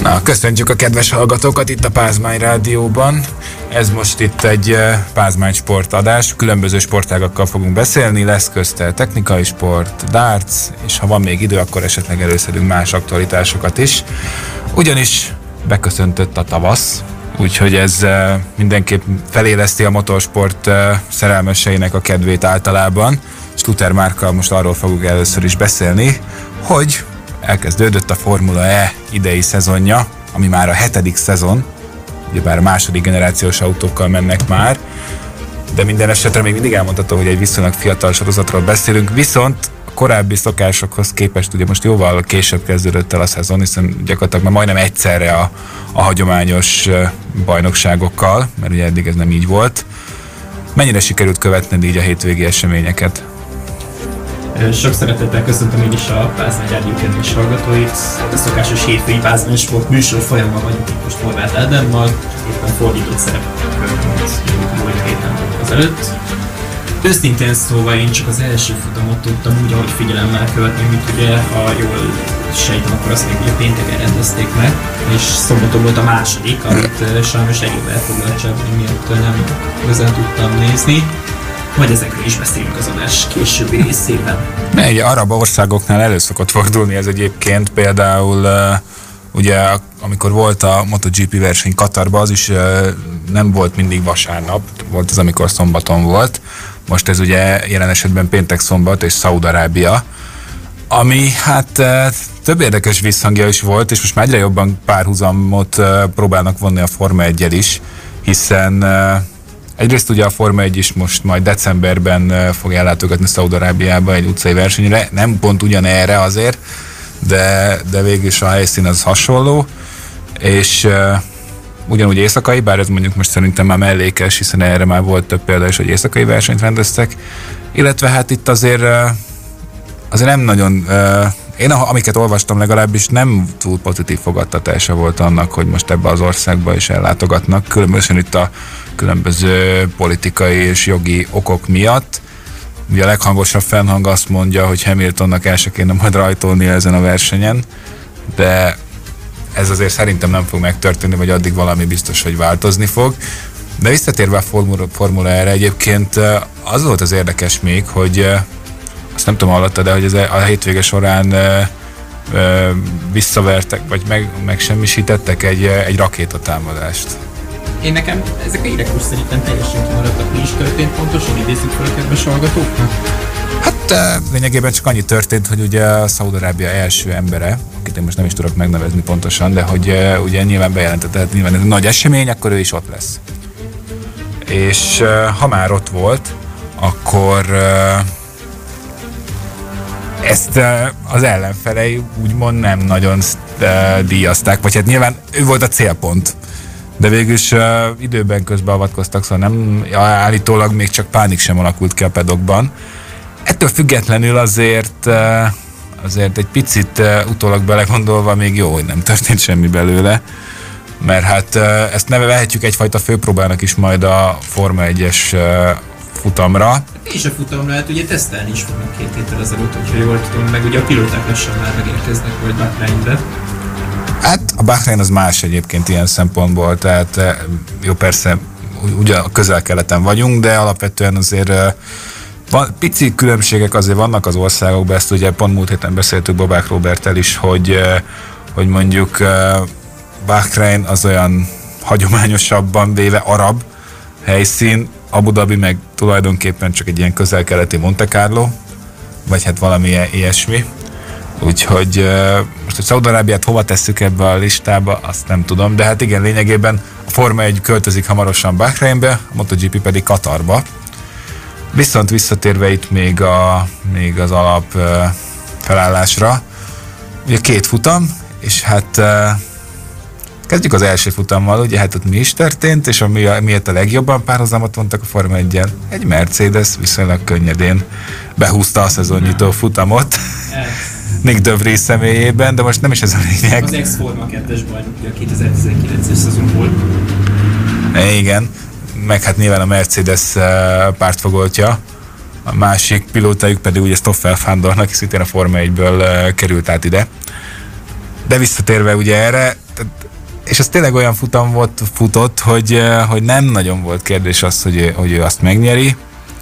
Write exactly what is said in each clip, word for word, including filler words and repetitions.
Na, köszöntjük a kedves hallgatókat itt a Pázmány Rádióban. Ez most itt egy Pázmány sportadás. Különböző sportágakkal fogunk beszélni. Lesz közte technikai sport, darts, és ha van még idő, akkor esetleg előszedünk más aktualitásokat is. Ugyanis beköszöntött a tavasz, úgyhogy ez mindenképp feléleszti a motorsport szerelmeseinek a kedvét általában. Stuter Márkkal most arról fogunk először is beszélni, hogy elkezdődött a Formula E idei szezonja, ami már a hetedik szezon, ugyebár a második generációs autókkal mennek már, de minden esetre még mindig elmondható, hogy egy viszonylag fiatal sorozatról beszélünk, viszont a korábbi szokásokhoz képest ugye most jóval később kezdődött el a szezon, hiszen gyakorlatilag már majdnem egyszerre a, a hagyományos bajnokságokkal, mert ugye eddig ez nem így volt. Mennyire sikerült követned így a hétvégi eseményeket? Sok szeretettel köszöntöm én is a Pázmány Rádió kedves hallgatóit. A szokásos hétfői Pázmány Sport műsor folyamban vagyunk itt most Horváth Ádámmal, éppen fordított szerepet múlt héten azelőtt. Őszintén szóval én csak az első futamot tudtam úgy, ahogy figyelemmel követni, mint ugye, ha jól sejtem, akkor azt még ugye pénteken rendezték meg, és szombaton volt a második, amit sajnos egyéb elfoglaltság miatt nem igazán tudtam nézni. Majd ezekről is beszélünk az adás későbbi részében. Ne, ugye arab országoknál elő szokott fordulni ez egyébként, például uh, ugye amikor volt a MotoGP verseny Katarban, az is uh, nem volt mindig vasárnap, volt az, amikor szombaton volt. Most ez ugye jelen esetben péntek, szombat és Szaúd-Arábia, ami hát uh, több érdekes visszhangja is volt, és most már egyre jobban párhuzamot uh, próbálnak vonni a Forma egyel is, hiszen uh, egyrészt ugye a Forma egy is most majd decemberben fog ellátogatni Szaúd-Arábiába egy utcai versenyre, nem pont ugyanerre azért, de, de végül is a helyszín az hasonló, és uh, ugyanúgy éjszakai, bár ez mondjuk most szerintem már mellékes, hiszen erre már volt több példa is, hogy éjszakai versenyt rendeztek, illetve hát itt azért, uh, azért nem nagyon, uh, én amiket olvastam legalábbis nem túl pozitív fogadtatása volt annak, hogy most ebbe az országba is ellátogatnak, különösen itt a különböző politikai és jogi okok miatt. Ugye a leghangosabb fennhang azt mondja, hogy Hamiltonnak el se kéne majd rajtolni ezen a versenyen, de ez azért szerintem nem fog megtörténni, vagy addig valami biztos, hogy változni fog. De visszatérve a Formula, Formula erre egyébként az volt az érdekes még, hogy azt nem tudom, hallottad, de hogy ez a hétvége során visszavertek, vagy meg, megsemmisítettek egy, egy rakétatámadást. Én nekem ezek a hírek most szerintem teljesen kimaradtak, mi is történt pontosan, idézzük fel a kedves hallgatóknak? Hát lényegében csak annyi történt, hogy ugye a Szaúd-Arábia első embere, akit én most nem is tudok megnevezni pontosan, de hogy ugye nyilván bejelentette, tehát nyilván ez egy nagy esemény, akkor ő is ott lesz. És ha már ott volt, akkor ezt az ellenfelei úgymond nem nagyon díjazták, vagy hát nyilván ő volt a célpont. De végülis uh, időben közbeavatkoztak, szóval nem, állítólag még csak pánik sem alakult ki a pedokban. Ettől függetlenül azért, uh, azért egy picit uh, utólag belegondolva még jó, hogy nem történt semmi belőle, mert hát uh, ezt neve vehetjük egyfajta főpróbának is majd a Forma egyes uh, futamra. És a futamra, hát ugye tesztelni is fognak két héttel ezelőtt, hogyha jól tudom, meg ugye a pilóták lassan már megérkeznek majd Bahreinbe. Hát a Bahrein az más egyébként ilyen szempontból, tehát jó, persze ugye a közel-keleten vagyunk, de alapvetően azért van, pici különbségek azért vannak az országokban, ezt ugye pont múlt héten beszéltük Bobák Róberttel is, hogy, hogy mondjuk Bahrein az olyan hagyományosabban véve arab helyszín, Abu Dhabi meg tulajdonképpen csak egy ilyen közel-keleti Monte Carlo, vagy hát valami ilyesmi. Úgyhogy uh, most a Szaúd-Arábiát hova tesszük ebbe a listába, azt nem tudom, de hát igen, lényegében a Forma egy költözik hamarosan Bahreinbe, a MotoGP pedig Katarba. Viszont visszatérve itt még, a, még az alap uh, felállásra, ugye két futam, és hát uh, kezdjük az első futammal, ugye hát ott mi is történt, és ami, miért a legjobban párhuzamot vontak a Forma eggyel, egy Mercedes viszonylag könnyedén behúzta a szezonnyitó futamot. Nick de Vries személyében, de most nem is ez a lényeg. Az ex-Forma kettes bajnok, a kétezer-tizenkilences szezonból. Igen, meg hát nyilván a Mercedes pártfogoltja, a másik pilótájuk pedig ugye Stoffel Fandornak, szintén a Forma egyből került át ide. De visszatérve ugye erre, és ez tényleg olyan futam volt, futott, hogy, hogy nem nagyon volt kérdés az, hogy, hogy ő azt megnyeri.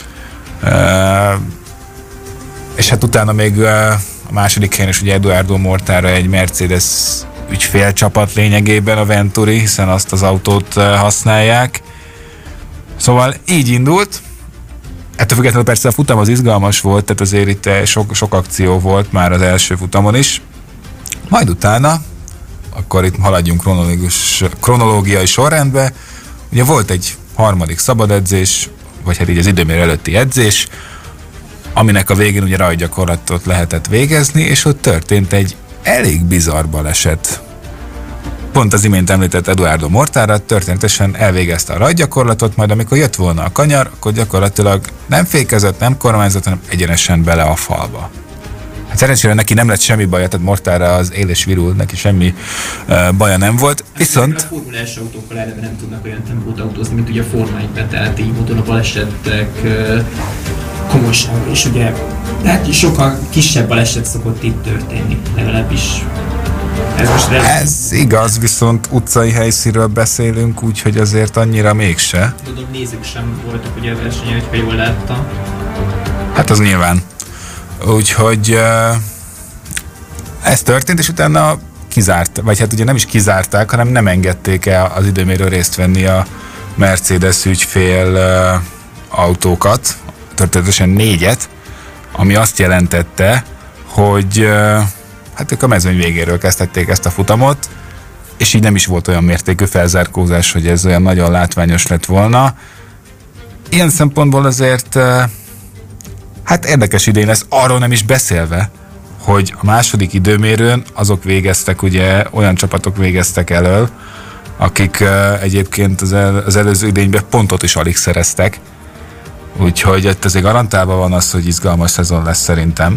És hát utána még a második helyen is ugye Edoardo Mortara egy Mercedes ügyfélcsapat lényegében a Venturi, hiszen azt az autót használják. Szóval így indult. Ettől függetlenül persze a futam az izgalmas volt, tehát azért itt sok, sok akció volt már az első futamon is. Majd utána, akkor itt haladjunk kronológus, kronológiai sorrendbe, ugye volt egy harmadik szabad edzés, vagy hát így az időmérő előtti edzés, aminek a végén ugye rajtgyakorlatot lehetett végezni, és ott történt egy elég bizarr baleset. Pont az imént említett Edoardo Mortara történetesen elvégezte a rajtgyakorlatot, majd amikor jött volna a kanyar, akkor gyakorlatilag nem fékezett, nem kormányzott, hanem egyenesen bele a falba. Hát szerencsére neki nem lett semmi baja, tehát Mortara az él és virul, neki semmi uh, baja nem volt, viszont... A Formula egy autókkal eleve nem tudnak olyan tempót autózni, mint ugye a Forma egyben, tehát így módon a balesetek uh, komolysága, és ugye hát sokkal kisebb baleset szokott itt történni, legalábbis. Ez, most Ez igaz, viszont utcai helyszínről beszélünk, úgyhogy azért annyira mégse. Tudom, nézők sem voltak ugye a versenyen, ha jól láttam. Hát az nyilván. Úgyhogy uh, ez történt, és utána kizárt, vagy hát ugye nem is kizárták, hanem nem engedték el az időmérő részt venni a Mercedes ügyfél uh, autókat, történetesen négyet, ami azt jelentette, hogy uh, hát ők a mezőny végéről kezdhették ezt a futamot, és így nem is volt olyan mértékű felzárkózás, hogy ez olyan nagyon látványos lett volna. Ilyen szempontból azért uh, hát érdekes idén lesz, arról nem is beszélve, hogy a második időmérőn azok végeztek, ugye olyan csapatok végeztek elől, akik uh, egyébként az, el, az előző idényben pontot is alig szereztek. Úgyhogy itt azért garantálva van az, hogy izgalmas szezon lesz szerintem.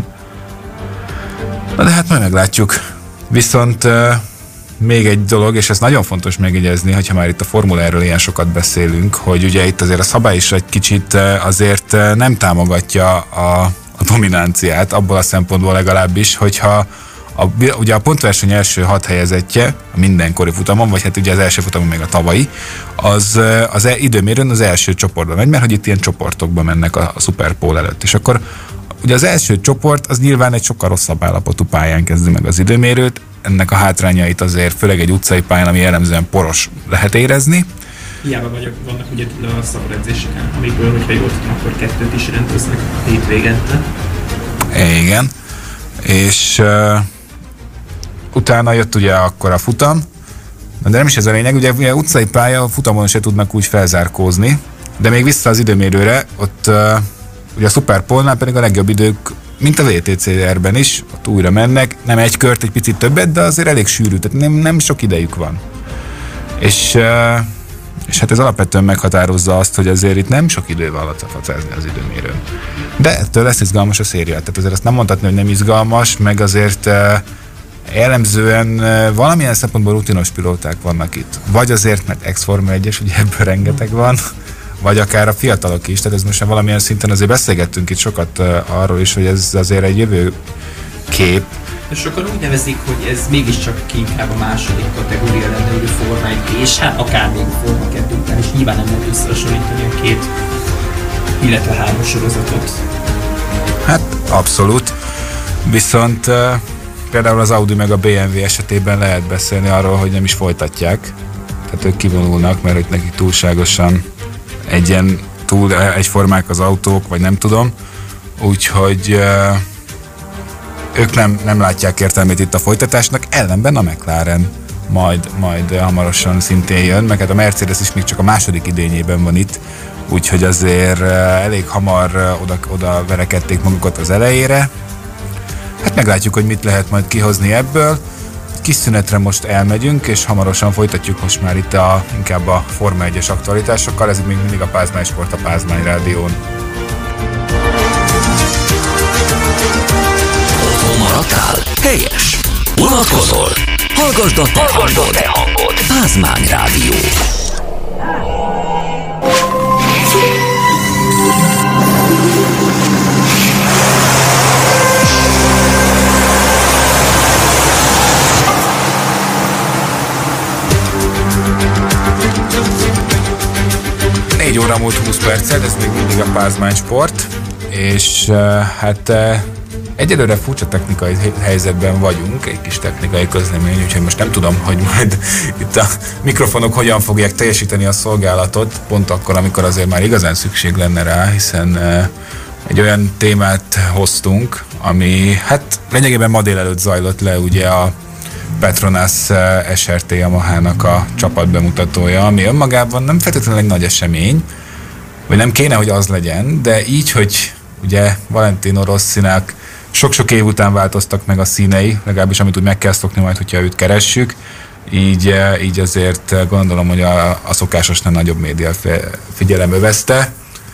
Na de hát majd meglátjuk. Viszont uh, még egy dolog, és ez nagyon fontos megjegyezni, hogyha már itt a Formuláról ilyen sokat beszélünk, hogy ugye itt azért a szabály is egy kicsit uh, azért uh, nem támogatja a, a dominanciát, abból a szempontból legalábbis, hogyha a, ugye a pontverseny első hat helyezettje a mindenkori futamon, vagy hát ugye az első futamon még a tavalyi, az, az e, időmérőn az első csoportban megy, mert hogy itt ilyen csoportokban mennek a, a Super Pole előtt. És akkor ugye az első csoport az nyilván egy sokkal rosszabb állapotú pályán kezdi meg az időmérőt, ennek a hátrányait azért főleg egy utcai pályán, ami jellemzően poros, lehet érezni. Hiába vagyok, vannak ugye a szabadedzéseken, amikből, hogyha jól tudom, akkor kettőt is rendeznek a hétvégente. Igen. És uh, utána jött ugye akkor a futam, de nem is ez a lényeg, ugye, ugye utcai pálya, a futamon se tudnak úgy felzárkózni, de még vissza az időmérőre, ott uh, ugye a Super Pole-nál pedig a legjobb idők, mint a vé té cé er-ben is, ott újra mennek, nem egy kört, egy picit többet, de azért elég sűrű, tehát nem, nem sok idejük van. És, uh, és hát ez alapvetően meghatározza azt, hogy azért itt nem sok idő van facázni az időmérőn. De ettől lesz izgalmas a széria, tehát azért azt nem mondhatni, hogy nem izgalmas, meg azért uh, jellemzően uh, valamilyen szempontból rutinos pilóták vannak itt. Vagy azért, mert ex-Forma egyes, ugye ebből rengeteg van, vagy akár a fiatalok is, tehát ez most valamilyen szinten azért beszélgettünk itt sokat uh, arról is, hogy ez azért egy jövő kép. És sokan úgy nevezik, hogy ez mégiscsak ki inkább a második kategória lenne, hogy a Forma egy, és hát akár még a Forma kettő után, és nyilván nem lehet összehasonlítani a két, illetve három sorozatot. Hát abszolút, viszont uh, például az Audi meg a bé em vé esetében lehet beszélni arról, hogy nem is folytatják, tehát ők kivonulnak, mert hogy nekik túlságosan egyen, túl egyformák az autók, vagy nem tudom, úgyhogy uh, ők nem, nem látják értelmét itt a folytatásnak, ellenben a McLaren majd, majd hamarosan szintén jön, meg hát a Mercedes is még csak a második idényében van itt, úgyhogy azért uh, elég hamar uh, oda, oda verekedték magukat az elejére. Hát meglátjuk, hogy mit lehet majd kihozni ebből. Kis szünetre most elmegyünk, és hamarosan folytatjuk most már itt a, inkább a Forma egyes aktualitásokkal, ez még mindig a Pázmány Sport, a Pázmány Rádión. Otthon maradtál? Helyes! Unatkozol? Hallgasd a te hangod! Te hangod. Pázmány Rádió. négy óra múlt húsz perccel, ez még mindig a Pázmány Sport, és uh, hát uh, egyelőre furcsa technikai helyzetben vagyunk, egy kis technikai közlemény, úgyhogy most nem tudom, hogy majd itt a mikrofonok hogyan fogják teljesíteni a szolgálatot, pont akkor, amikor azért már igazán szükség lenne rá, hiszen uh, egy olyan témát hoztunk, ami hát lényegében ma délelőtt zajlott le ugye a Petronas es er té Yamahának a csapatbemutatója, ami önmagában nem feltétlenül egy nagy esemény, vagy nem kéne, hogy az legyen, de így, hogy ugye Valentino Rossinak sok-sok év után változtak meg a színei, legalábbis amit úgy meg kell szokni majd, hogyha őt keressük, így, így azért gondolom, hogy a, a szokásosnál nagyobb média figyelem övezte,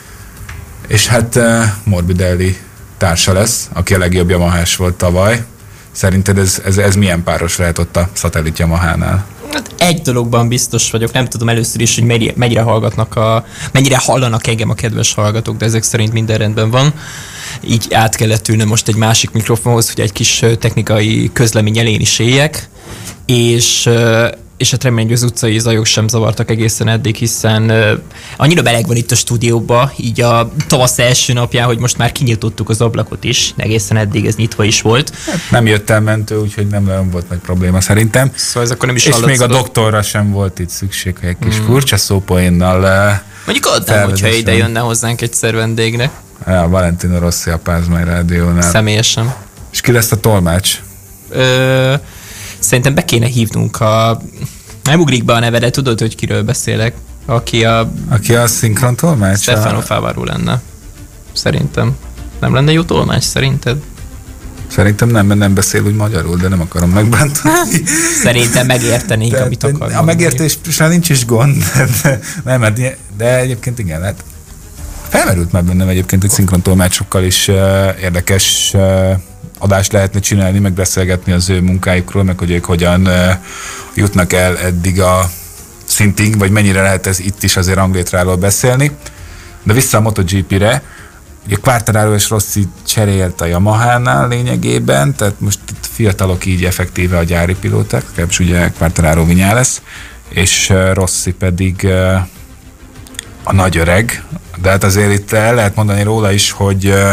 és hát Morbidelli társa lesz, aki a legjobb Yamahás volt tavaly. Szerinted ez, ez, ez milyen páros lehet ott a szatellit Yamahánál? Hát egy dologban biztos vagyok, nem tudom először is, hogy mennyire, mennyire hallgatnak a, mennyire hallanak engem a kedves hallgatók, de ezek szerint minden rendben van. Így át kellett ülnöm most egy másik mikrofonhoz, hogy egy kis technikai közlemény elén is éljek, és és hát remélem, hogy az utcai zajok sem zavartak egészen eddig, hiszen uh, annyira meleg van itt a stúdióban, így a tavasz első napján, hogy most már kinyitottuk az ablakot is, egészen eddig ez nyitva is volt. Hát nem jött el mentő, úgyhogy nem, nem volt nagy probléma szerintem. Szóval ez akkor nem is és még a doktorra sem volt itt szükség, hogy egy kis hmm. furcsa szópoénnal uh, mondjuk adnám, hogyha ide jönne hozzánk egyszer vendégnek. Ja, Valentino Rossi a Pázmány Rádiónál. Személyesen. És ki lesz a tolmács? Ö... Szerintem be kéne hívnunk a... Nem ugrik be a neve, de tudod, hogy kiről beszélek. Aki a... Aki a szinkron tolmács? Stefano Favaro lenne. Szerintem. Nem lenne jó tolmács, szerinted? Szerintem nem, mert nem beszél úgy magyarul, de nem akarom megbántani. Szerintem megértenénk, de, amit akar. A megértésre nincs is gond, de, nem, de, de egyébként igen, hát felmerült már bennem egyébként, hogy szinkron tolmácsokkal is uh, érdekes uh, adást lehetne csinálni, meg beszélgetni az ő munkájukról, meg hogy ők hogyan uh, jutnak el eddig a szintig, vagy mennyire lehet ez itt is azért Anglétráról beszélni. De vissza a MotoGP-re, ugye Quartararo és Rossi cserélt a Yamahánál lényegében, tehát most itt fiatalok így effektíve a gyári pilóták, legalábbis ugye Quartararo Viñales, és uh, Rossi pedig uh, a nagy öreg, de hát azért itt el lehet mondani róla is, hogy uh,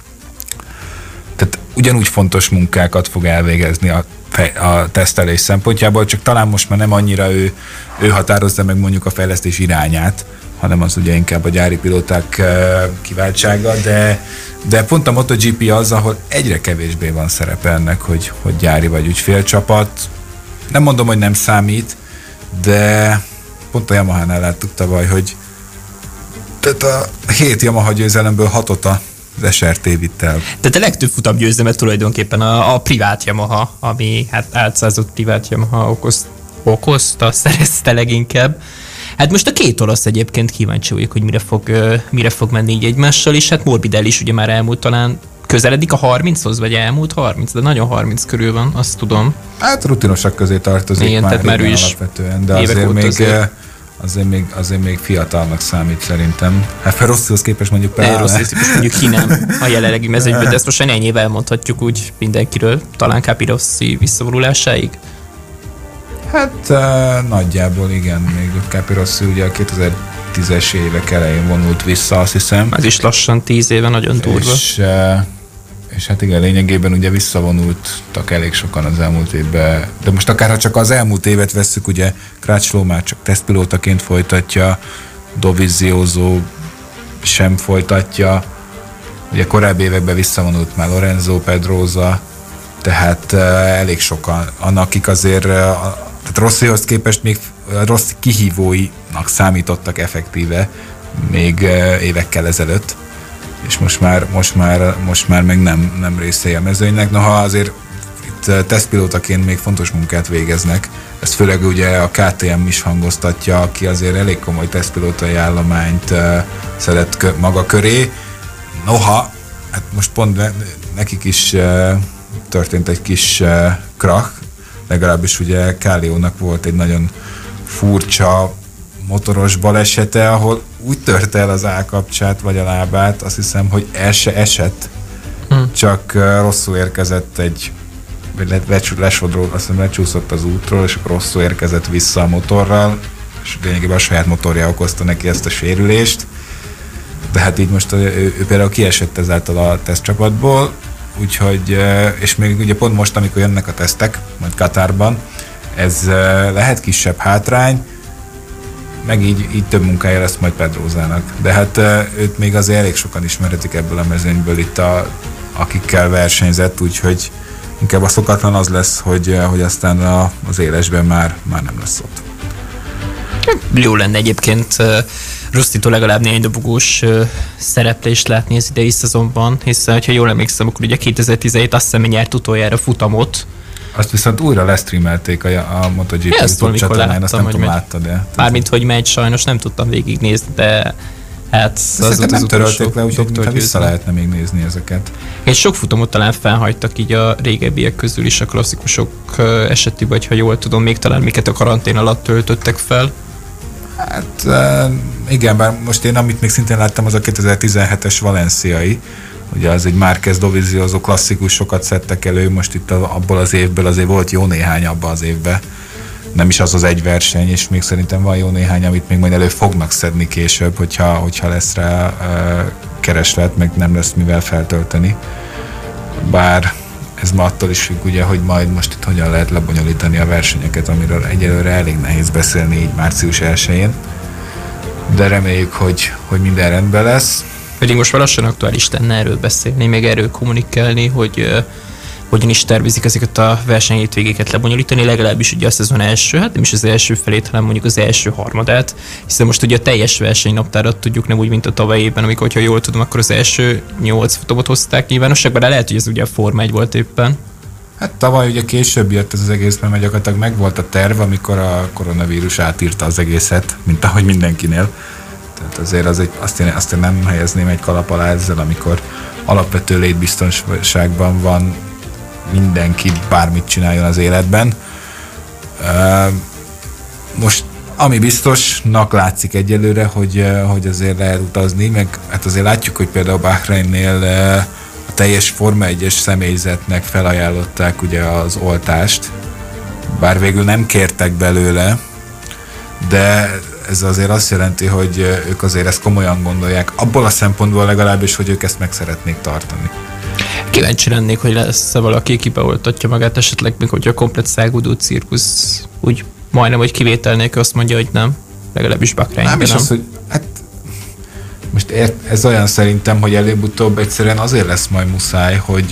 tehát ugyanúgy fontos munkákat fog elvégezni a, a tesztelés szempontjából, csak talán most már nem annyira ő, ő határozza meg mondjuk a fejlesztés irányát, hanem az ugye inkább a gyári pilóták uh, kiváltsága, de, de pont a MotoGP az, ahol egyre kevésbé van szerepe ennek, hogy, hogy gyári vagy ügyfélcsapat. Nem mondom, hogy nem számít, de pont a Yamahánál láttuk tavaly, hogy tehát a hét Yamaha győzelemből hatot az es er té vitt el. Tehát a legtöbb futamgyőzelmet tulajdonképpen a, a privát Yamaha, ami hát álcázott privát Yamaha okoz, okozta, szerezte leginkább. Hát most a két olasz egyébként kíváncsi vagyok, hogy mire fog, mire fog menni így egymással, és hát Morbidelli is ugye már elmúlt talán közeledik a harminchoz, vagy elmúlt harminc, de nagyon harminc körül van, azt tudom. Hát rutinosak közé tartozik. Igen, már, tehát már ő is alapvetően, de azért még, azért. Azért, még, azért még fiatalnak számít szerintem. Hát Rossihoz képest mondjuk például. Rossihoz képest mondjuk ki nem a jelenlegi mezőnyben, de ezt most ennyivel elmondhatjuk úgy mindenkiről, talán Capirossi visszavonulásáig. Hát uh, nagyjából igen, még Capirossi ugye a kétezer-tízes évek elején vonult vissza, azt hiszem. Ez is lassan tíz éve, nagyon durva. És, uh, és hát igen, lényegében ugye visszavonultak elég sokan az elmúlt évben, de most akár ha csak az elmúlt évet vesszük, ugye Crutchlow már csak tesztpilótaként folytatja, Dovizioso sem folytatja, ugye korábbi években visszavonult már Lorenzo Pedrosa, tehát uh, elég sokan, annak akik azért uh, tehát Rossihoz képest még Rossi kihívóinak számítottak effektíve még uh, évekkel ezelőtt, és most már, most már, most már meg nem, nem részei a mezőnynek, noha azért itt tesztpilótaként még fontos munkát végeznek, ezt főleg ugye a ká té em is hangoztatja, aki azért elég komoly tesztpilótai állományt uh, szedett kö, maga köré, noha, hát most pont nekik is uh, történt egy kis uh, krach, legalábbis ugye Káliónak volt egy nagyon furcsa motoros balesete, ahol úgy tört el az állkapcsát vagy a lábát, azt hiszem, hogy el se esett, hmm. csak uh, rosszul érkezett egy, vagy lesodról, azt hiszem lecsúszott az útról, és akkor rosszul érkezett vissza a motorral, és lényegében a saját motorja okozta neki ezt a sérülést. De hát így most ő, ő például kiesett ezáltal a tesztcsapatból, úgyhogy, és még ugye pont most, amikor jönnek a tesztek, majd Katarban, ez lehet kisebb hátrány, meg így, így több munkája lesz majd Pedrózának. De hát őt még azért elég sokan ismerhetik ebből a mezőnyből itt, a, akikkel versenyzett, úgyhogy inkább a szokatlan az lesz, hogy, hogy aztán a, az élesben már, már nem lesz ott. Jó lenne egyébként Rustitól legalább néhány dobogós szereplést látni az idei szezonban, hiszen, ha jól emlékszem, akkor ugye kétezer-tizenhét azt hiszem, nyert utoljára futamot. Azt viszont újra lesztreamelték a, a MotoGP YouTube csatornán, azt nem tudom, láttad, de... Mármint, hogy megy, sajnos nem tudtam végignézni, de hát... Az az nem törölték le, úgyhogy mintha vissza lehetne még nézni ezeket. És sok futamot talán felhagytak így a régebbiek közül is a klasszikusok esetében, ha jól tudom, még talán miket a karantén alatt töltöttek fel. Hát igen, bár most én amit még szintén láttam, az a kétezer-tizenhetes valenciai, ugye az egy Márquez Dovizioso klasszikusokat szedtek elő, most itt abból az évből azért volt jó néhány abban az évben. Nem is az az egy verseny, és még szerintem van jó néhány, amit még majd elő fognak szedni később, hogyha, hogyha lesz rá uh, kereslet, meg nem lesz mivel feltölteni. Bár ez ma attól is függ, ugye, hogy majd most itt hogyan lehet lebonyolítani a versenyeket, amiről egyelőre elég nehéz beszélni így március elsején. De reméljük, hogy, hogy minden rendben lesz. Pedig most már lassan aktuális lenne erről beszélni, még erről kommunikálni, hogy uh, hogyan is tervezik ezeket a versenyhétvégéket lebonyolítani, legalábbis ugye a szezon első, hát nem is az első felét, hanem mondjuk az első harmadát, hiszen most ugye a teljes versenynaptárat tudjuk, nem úgy, mint a tavalyi évben, amikor, hogyha jól tudom, akkor az első nyolc futamot hozták nyilvánosságban, de lehet, hogy ez ugye a Forma egy volt éppen. Hát tavaly ugye később jött ez az egész, mert gyakorlatilag megvolt a terv, amikor a koronavírus átírta az egészet, mint ahogy mindenkinél. Tehát azért az egy, azt, én, azt én nem helyezném egy kalap alá ezzel, amikor alapvető létbiztonságban van mindenki, bármit csináljon az életben. Most ami biztosnak látszik egyelőre, hogy, hogy azért lehet utazni, meg hát azért látjuk, hogy például Bahreinnél a teljes Forma egyes személyzetnek felajánlották ugye az oltást, bár végül nem kértek belőle, de ez azért azt jelenti, hogy ők azért ezt komolyan gondolják, abból a szempontból legalábbis, hogy ők ezt meg szeretnék tartani. Kíváncsi lennék, hogy lesz-e valaki, aki beoltatja magát, esetleg még, hogyha a komplet szágudó cirkusz úgy majdnem, hogy kivétel nélkül azt mondja, hogy nem. Legalábbis Bahreinben nem. Nem is az, hogy hát most ez olyan szerintem, hogy előbb-utóbb egyszerűen azért lesz majd muszáj, hogy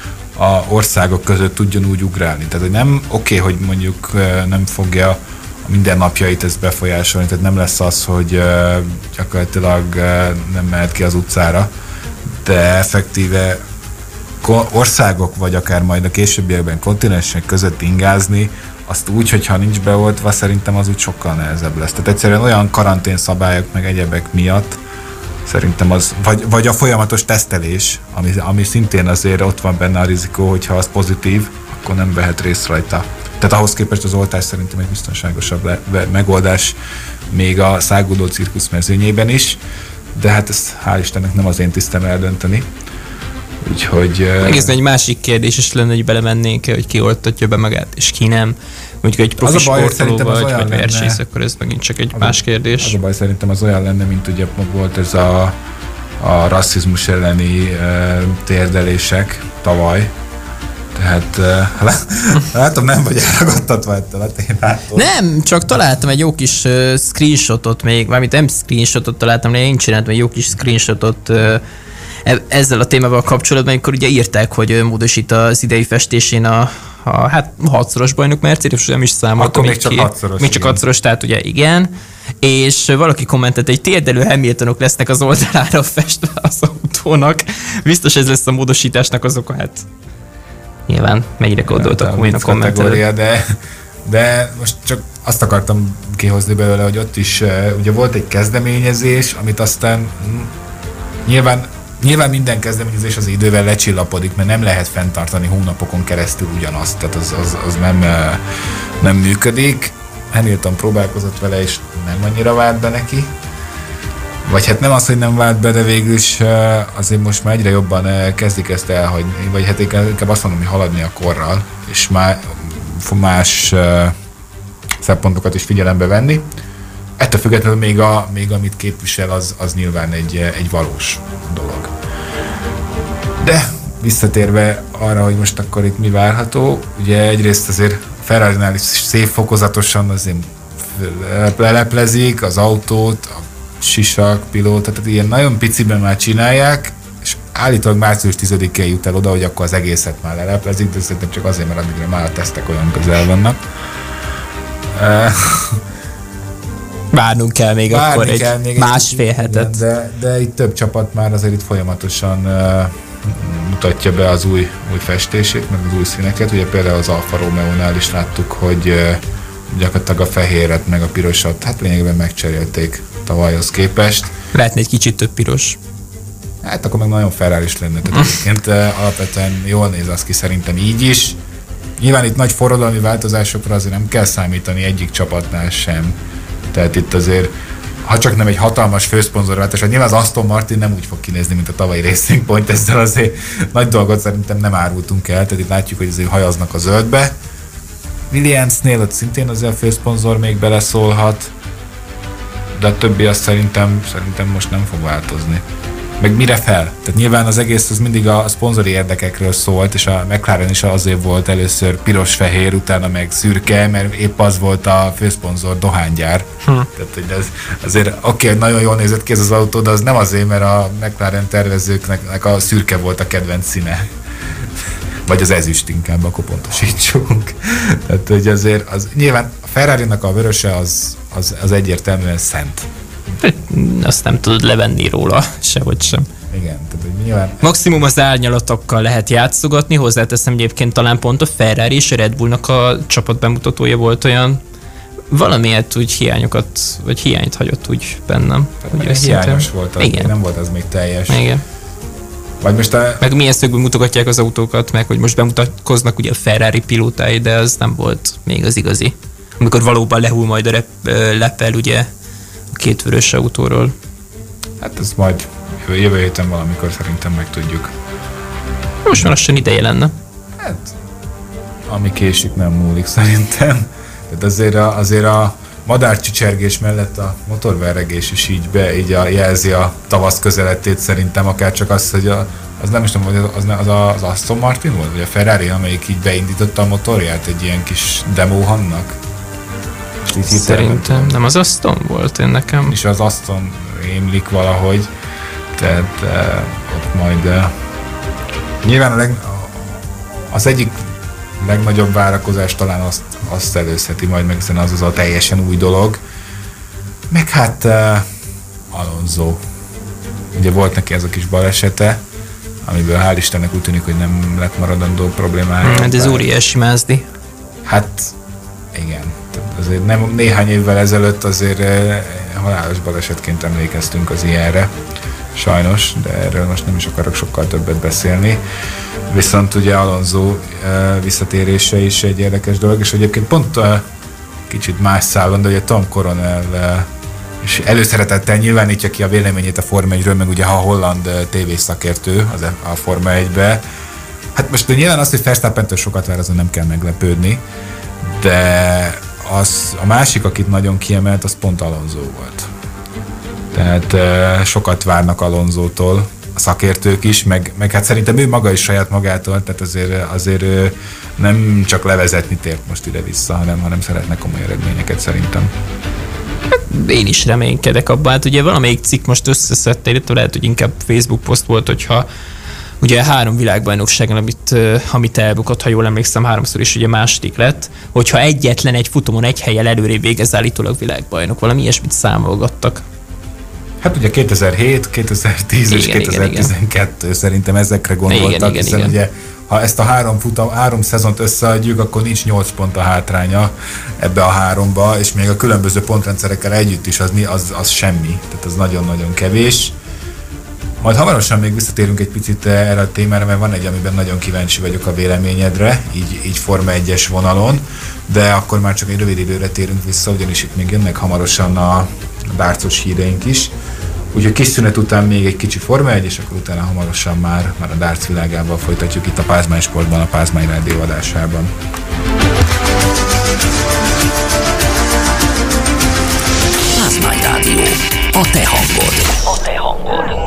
a országok között tudjon úgy ugrálni. Tehát, hogy nem oké, okay, hogy mondjuk nem fogja a mindennapjait ezt befolyásolni, tehát nem lesz az, hogy gyakorlatilag nem mehet ki az utcára, de effektíve országok, vagy akár majd a későbbiekben kontinensek között ingázni, azt úgy, hogyha nincs beoltva, szerintem az úgy sokkal nehezebb lesz. Tehát egyszerűen olyan karanténszabályok meg egyebek miatt szerintem az, vagy, vagy a folyamatos tesztelés, ami, ami szintén azért ott van benne a rizikó, hogyha az pozitív, akkor nem vehet részt rajta. Tehát ahhoz képest az oltás szerintem egy biztonságosabb le, be, megoldás még a száguldó cirkusz mezőnyében is, de hát ezt hál' Istennek nem az én tisztem eldönteni. Úgyhogy... Egészen egy másik kérdés is lenne, hogy belemennénk, hogy ki oltatja be magát, és ki nem. Mondjuk egy profi sportoló vagy, vagy versenysz, akkor ez megint csak egy az más kérdés. Az a baj szerintem az olyan lenne, mint ugye volt ez a, a rasszizmus elleni e, térdelések tavaly. Tehát e, látom, nem vagy elragadtatva ettől a témától. Nem, csak találtam egy jó kis uh, screenshotot még, mármint nem screenshotot találtam, de én csináltam egy jó kis screenshotot uh, ezzel a témával kapcsolatban, amikor ugye írták, hogy módosít az idei festésén a, a hát hatszoros bajnok Mercedes, nem is számoltam. Akkor még csak hatszoros. Még csak hatszoros, tehát ugye igen. És valaki kommentelt, hogy térdelő Hamiltonok lesznek az oldalára festve az autónak. Biztos ez lesz a módosításnak az oka, hát nyilván mennyire gondoltak komolyan a kommentelők. De, de most csak azt akartam kihozni belőle, hogy ott is ugye volt egy kezdeményezés, amit aztán nyilván Nyilván minden kezdeményezés az idővel lecsillapodik, mert nem lehet fenntartani hónapokon keresztül ugyanazt, tehát az, az, az nem, nem működik. Hamilton próbálkozott vele, és nem annyira vált be neki. Vagy hát nem az, hogy nem vált be, de végül is azért most már egyre jobban kezdik ezt elhagyni, vagy hát inkább azt mondom, hogy haladni a korral, és már más szempontokat is figyelembe venni. ettől függetlenül még, a, még amit képvisel, az, az nyilván egy, egy valós dolog. De visszatérve arra, hogy most akkor itt mi várható, ugye egyrészt azért a Ferrarinál is szép fokozatosan azért leleplezik az autót, a sisak, pilóta, tehát ilyen nagyon piciben már csinálják, és állítólag március tizedikén jut el oda, hogy akkor az egészet már leleplezik, de szerintem csak azért, mert addigra már a tesztek olyan közel vannak. Várnunk kell még Várni akkor egy kell még másfél hetet. De, de itt több csapat már azért itt folyamatosan uh, mutatja be az új, új festését, meg az új színeket. Ugye például az Alfa Romeo-nál is láttuk, hogy uh, gyakorlatilag a fehéret meg a pirosat, hát lényegében megcserélték tavalyhoz képest. Lehetne egy kicsit több piros. Hát akkor meg nagyon Ferrari is lenne. Tehát egyébként uh, alapvetően jól néz az ki szerintem így is. Nyilván itt nagy forradalmi változásokra azért nem kell számítani egyik csapatnál sem. Tehát itt azért, ha csak nem egy hatalmas főszponzorváltás, nyilván az Aston Martin nem úgy fog kinézni, mint a tavalyi Racing Point, ezzel azért nagy dolgot szerintem nem árultunk el, tehát itt látjuk, hogy azért hajaznak a zöldbe. Williamsnél ott szintén azért a főszponzor még beleszólhat, de a többi azt szerintem, szerintem most nem fog változni. Meg mire fel? Tehát nyilván az egész az mindig a szponzori érdekekről szólt, és a McLaren is azért volt először piros-fehér, utána meg szürke, mert épp az volt a főszponzor dohánygyár. Hm. Tehát hogy ez azért oké, okay, nagyon jól nézett ki ez az autó, de az nem azért, mert a McLaren tervezőknek a szürke volt a kedvenc színe. Vagy az ezüst inkább, akkor pontosítsunk. Tehát hogy azért az, nyilván a Ferrari-nak a vöröse az, az, az egyértelműen szent. Azt nem tudod levenni róla, sehogy sem. Igen, tehát nyilván... Maximum az árnyalatokkal lehet játszogatni, hozzáteszem egyébként talán pont a Ferrari és a Red Bullnak a csapat bemutatója volt olyan, valamiért úgy hiányokat, vagy hiányt hagyott úgy bennem. Úgy hiányos volt, az igen. Nem volt az még teljes. Igen. Vagy most a... Meg milyen szögből mutogatják az autókat, meg hogy most bemutatkoznak ugye a Ferrari pilótái, de az nem volt még az igazi. Amikor valóban lehull majd a rep, lepel ugye a két vörös autóról. Hát ez majd jövő, jövő héten valamikor szerintem megtudjuk. Most már lassan ideje lenne. Hát, ami késik nem múlik szerintem. Tehát azért a, azért a madárcsicsergés mellett a motorverregés is így be, így a, jelzi a tavasz közelettét szerintem, akár csak az, hogy a, az nem is tudom, hogy az, az, az Aston Martin volt, vagy a Ferrari, amelyik így beindította a motorját egy ilyen kis demóhannak. Szerintem nem az Aston volt én nekem. És az Aston rémlik valahogy, tehát uh, ott majd uh, nyilván a leg, az egyik legnagyobb várakozás talán azt, azt előzheti majd meg, hiszen az az a teljesen új dolog. Meg hát uh, Alonso. Ugye volt neki ez a kis balesete, amiből hál' Istennek úgy tűnik, hogy nem lett maradandó problémája. Hát ez óriási mázdi. Hát igen. Azért nem, néhány évvel ezelőtt azért eh, halálos balesetként emlékeztünk az ilyenre. Sajnos, de erről most nem is akarok sokkal többet beszélni. Viszont ugye Alonso eh, visszatérése is egy érdekes dolog, és egyébként pont eh, kicsit más szálon, de ugye Tom Coronel eh, és előszeretettel nyilvánítja ki a véleményét a Forma egyről, meg ugye a holland eh, tévészakértő az, a Forma egybe. Hát most nyilván azt, hogy Verstappentől sokat vár, azon nem kell meglepődni, de az, a másik, akit nagyon kiemelt, az pont Alonso volt. Tehát e, sokat várnak Alonsótól a szakértők is, meg, meg hát szerintem ő maga is saját magától, tehát azért, azért nem csak levezetni tért most ide-vissza, hanem, hanem szeretne komoly eredményeket szerintem. Én is reménykedek abban, hát ugye valamelyik cikk most összeszedte, illetve lehet, hogy inkább Facebook poszt volt, hogyha ugye három világbajnokságon, amit, amit elbukott, ha jól emlékszem, háromszor is ugye második lett, hogyha egyetlen egy futamon egy helyen előrébb végez állítólag világbajnok, valami ilyesmit számolgattak. Hát ugye kétezer-hét, kétezer-tíz és igen, kétezer-tizenkettő igen. Szerintem ezekre gondoltak, igen, igen, hiszen igen. ugye ha ezt a három futam, három szezont összeadjuk, akkor nincs nyolc pont a hátránya ebbe a háromba, és még a különböző pontrendszerekkel együtt is az, az, az semmi, tehát az nagyon-nagyon kevés. Majd hamarosan még visszatérünk egy picit erre a témára, mert van egy, amiben nagyon kíváncsi vagyok a véleményedre, így, így Forma egyes vonalon, de akkor már csak egy rövid időre térünk vissza, ugyanis itt még jönnek hamarosan a dárcos híreink is. Úgyhogy kis szünet után még egy kicsi Forma egy, és akkor utána hamarosan már, már a dárc világával folytatjuk itt a Pázmány Sportban, a Pázmány Rádió adásában. Pázmány Rádió. A te hangod. A te hangod.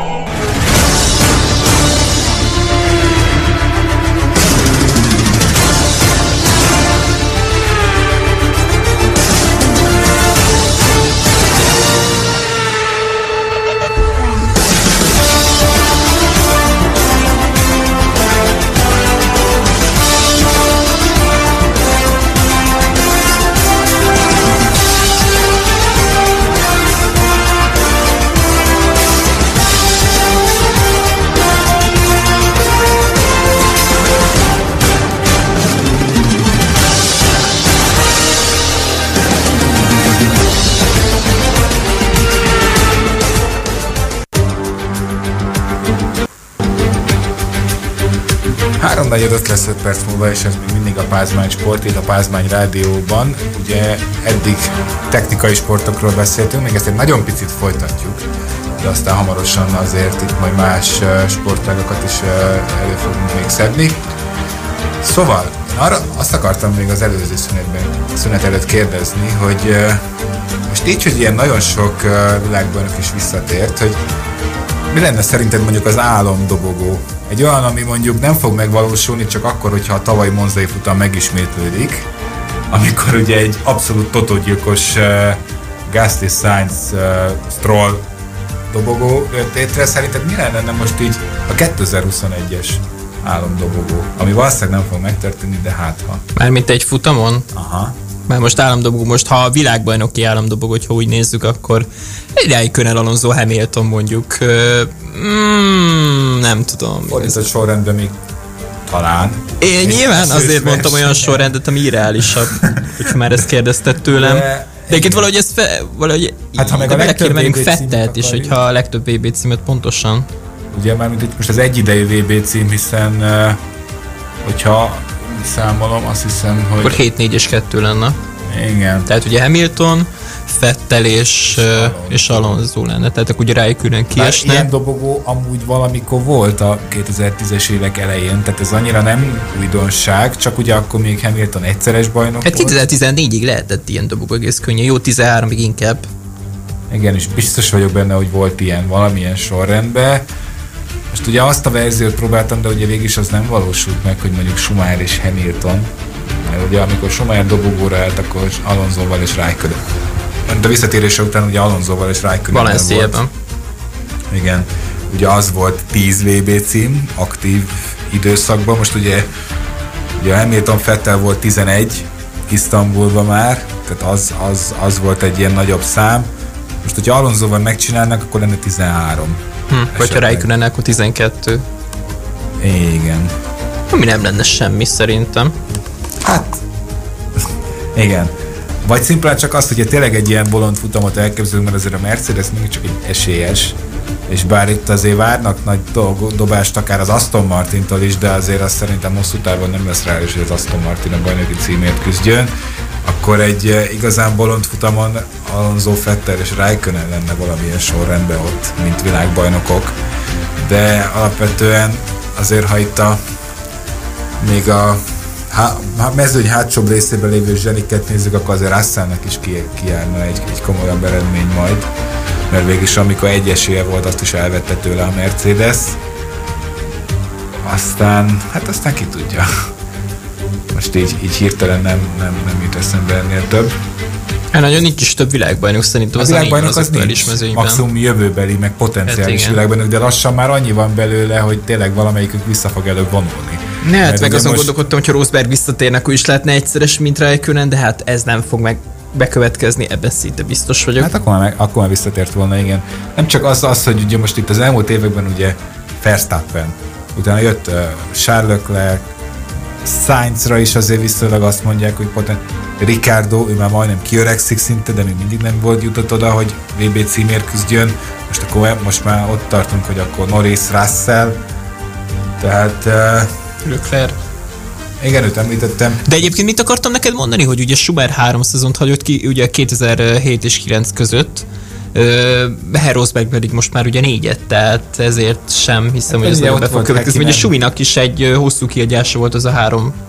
háromnegyed lesz öt perc múlva, és ez még mindig a Pázmány Sport, itt a Pázmány Rádióban. Ugye eddig technikai sportokról beszéltünk, még ezt egy nagyon picit folytatjuk, de aztán hamarosan azért itt majd más sportágokat is elő fogunk még szedni. Szóval, arra azt akartam még az előző szünetben, szünet előtt kérdezni, hogy most így, hogy ilyen nagyon sok világbajnok is visszatért, hogy mi lenne szerinted mondjuk az álomdobogó? Egy olyan, ami mondjuk nem fog megvalósulni csak akkor, hogyha a tavalyi monzai futam megismétlődik, amikor ugye egy abszolút totógyilkos uh, Gasly, Sainz, uh, Stroll dobogó jött létre. Szerinted mi lenne most így a kétezer-huszonegyes álomdobogó? Ami valószínűleg nem fog megtörténni, de hát ha. Mármint egy futamon? Aha. Mert most államdobogó, most ha a világbajnoki államdobogó, hogyha úgy nézzük, akkor egy Raikkonen, Alonso, Hamilton mondjuk. Mm, nem tudom. Fordított sorrendben még talán. Én nyilván azért mondtam olyan sorrendet, ami irreálisabb, hogyha már ezt kérdezted tőlem. De, De egyébként valahogy ez fe, valahogy hát ha meg a legtöbb vé bé Fettelt is, hogyha a legtöbb vé bé címet pontosan. Ugye már mint most az egyidejű vé bé cím, hiszen hogyha számolom, azt hiszem, hogy... Akkor hét négy és kettő lenne. Igen. Tehát ugye Hamilton, Vettel és, Alonso. és Alonso lenne, tehát akkor ugye Raikkonen kiesne. Ilyen dobogó amúgy valamikor volt a kétezer-tízes évek elején, tehát ez annyira nem újdonság, csak ugye akkor még Hamilton egyszeres bajnok hát kétezer-tizennégyig lehetett ilyen dobogó egész könnyen, jó tizenháromig inkább. Igen, és biztos vagyok benne, hogy volt ilyen valamilyen sorrendben. Most ugye azt a verziót próbáltam, de ugye végig az nem valósult meg, hogy mondjuk Schumacher és Hamilton. Mert ugye amikor Schumacher dobogóra állt, akkor Alonsoval és Raikkonen. De visszatérése után ugye Alonsoval és Raikkonen Valenciában. Igen, ugye az volt tíz vé bé cím aktív időszakban, most ugye, ugye Hamilton Vettel volt tizenegy Isztambulban már, tehát az, az, az volt egy ilyen nagyobb szám. Most, hogyha Alonsoval megcsinálnak, akkor lenne tizenhárom. Hm, vagy ha Raikkonen, akkor tizenkettő. Igen. Ami nem lenne semmi szerintem. Hát, igen. Vagy szimplán csak azt, hogy tényleg egy ilyen bolond futamot elképzelünk, mert azért a Mercedes még csak egy esélyes, és bár itt azért várnak nagy do- dobást akár az Aston Martintól is, de azért azt szerintem hosszú távon nem lesz rá, hogy az Aston Martin a bajnoki címért küzdjön, akkor egy igazán bolond futamon Alonso, Vettel és Raikkonen lenne valamilyen sorrendben ott, mint világbajnokok. De alapvetően azért, ha itt a még a há, mezőny hátsóbb részében lévő zseniket nézzük, akkor azért Russellnek is ki, kijárna egy, egy komolyabb eredmény majd, mert végülis amikor egy esélye volt, azt is elvette tőle a Mercedes. Aztán, hát aztán ki tudja. Most így, így hirtelen nem, nem, nem jut eszembe ennél több. Hát nagyon nincs is több világbajnok szerintem. A világbajnok az nincs, maximum jövőbeli, meg potenciális hát világbajnok, de lassan már annyi van belőle, hogy tényleg valamelyikük vissza fog előbb vonulni. Ne, hát meg azon most... gondolkodtam, hogyha Rosberg visszatérne, akkor is lehetne egyszeres, mint Raikkonen, de hát ez nem fog meg bekövetkezni, ebben szinte biztos vagyok. Hát akkor már, akkor már visszatért volna, igen. Nem csak az, az, hogy ugye most itt az elmúlt években ugye Verstappen, utána jött uh, Charles Leclerc, Sainzra is azért viszonylag azt mondják, hogy poten... Ricardo, ő már majdnem kiöregszik szinte, de még mindig nem volt jutott oda, hogy vé bé címért küzdjön. Most, akkor, most már ott tartunk, hogy akkor Norris, Russell, tehát... Uh, Leclerc. Igen, őt említettem. De egyébként mit akartam neked mondani, hogy ugye Schumacher három szezont hagyott ki, ugye kétezer-hét és kilenc között, uh, Rosberg pedig most már ugye négyet, tehát ezért sem hiszem, hát hogy ez nagyon be fog következni. Ugye Suminak is egy hosszú kiadása volt az a három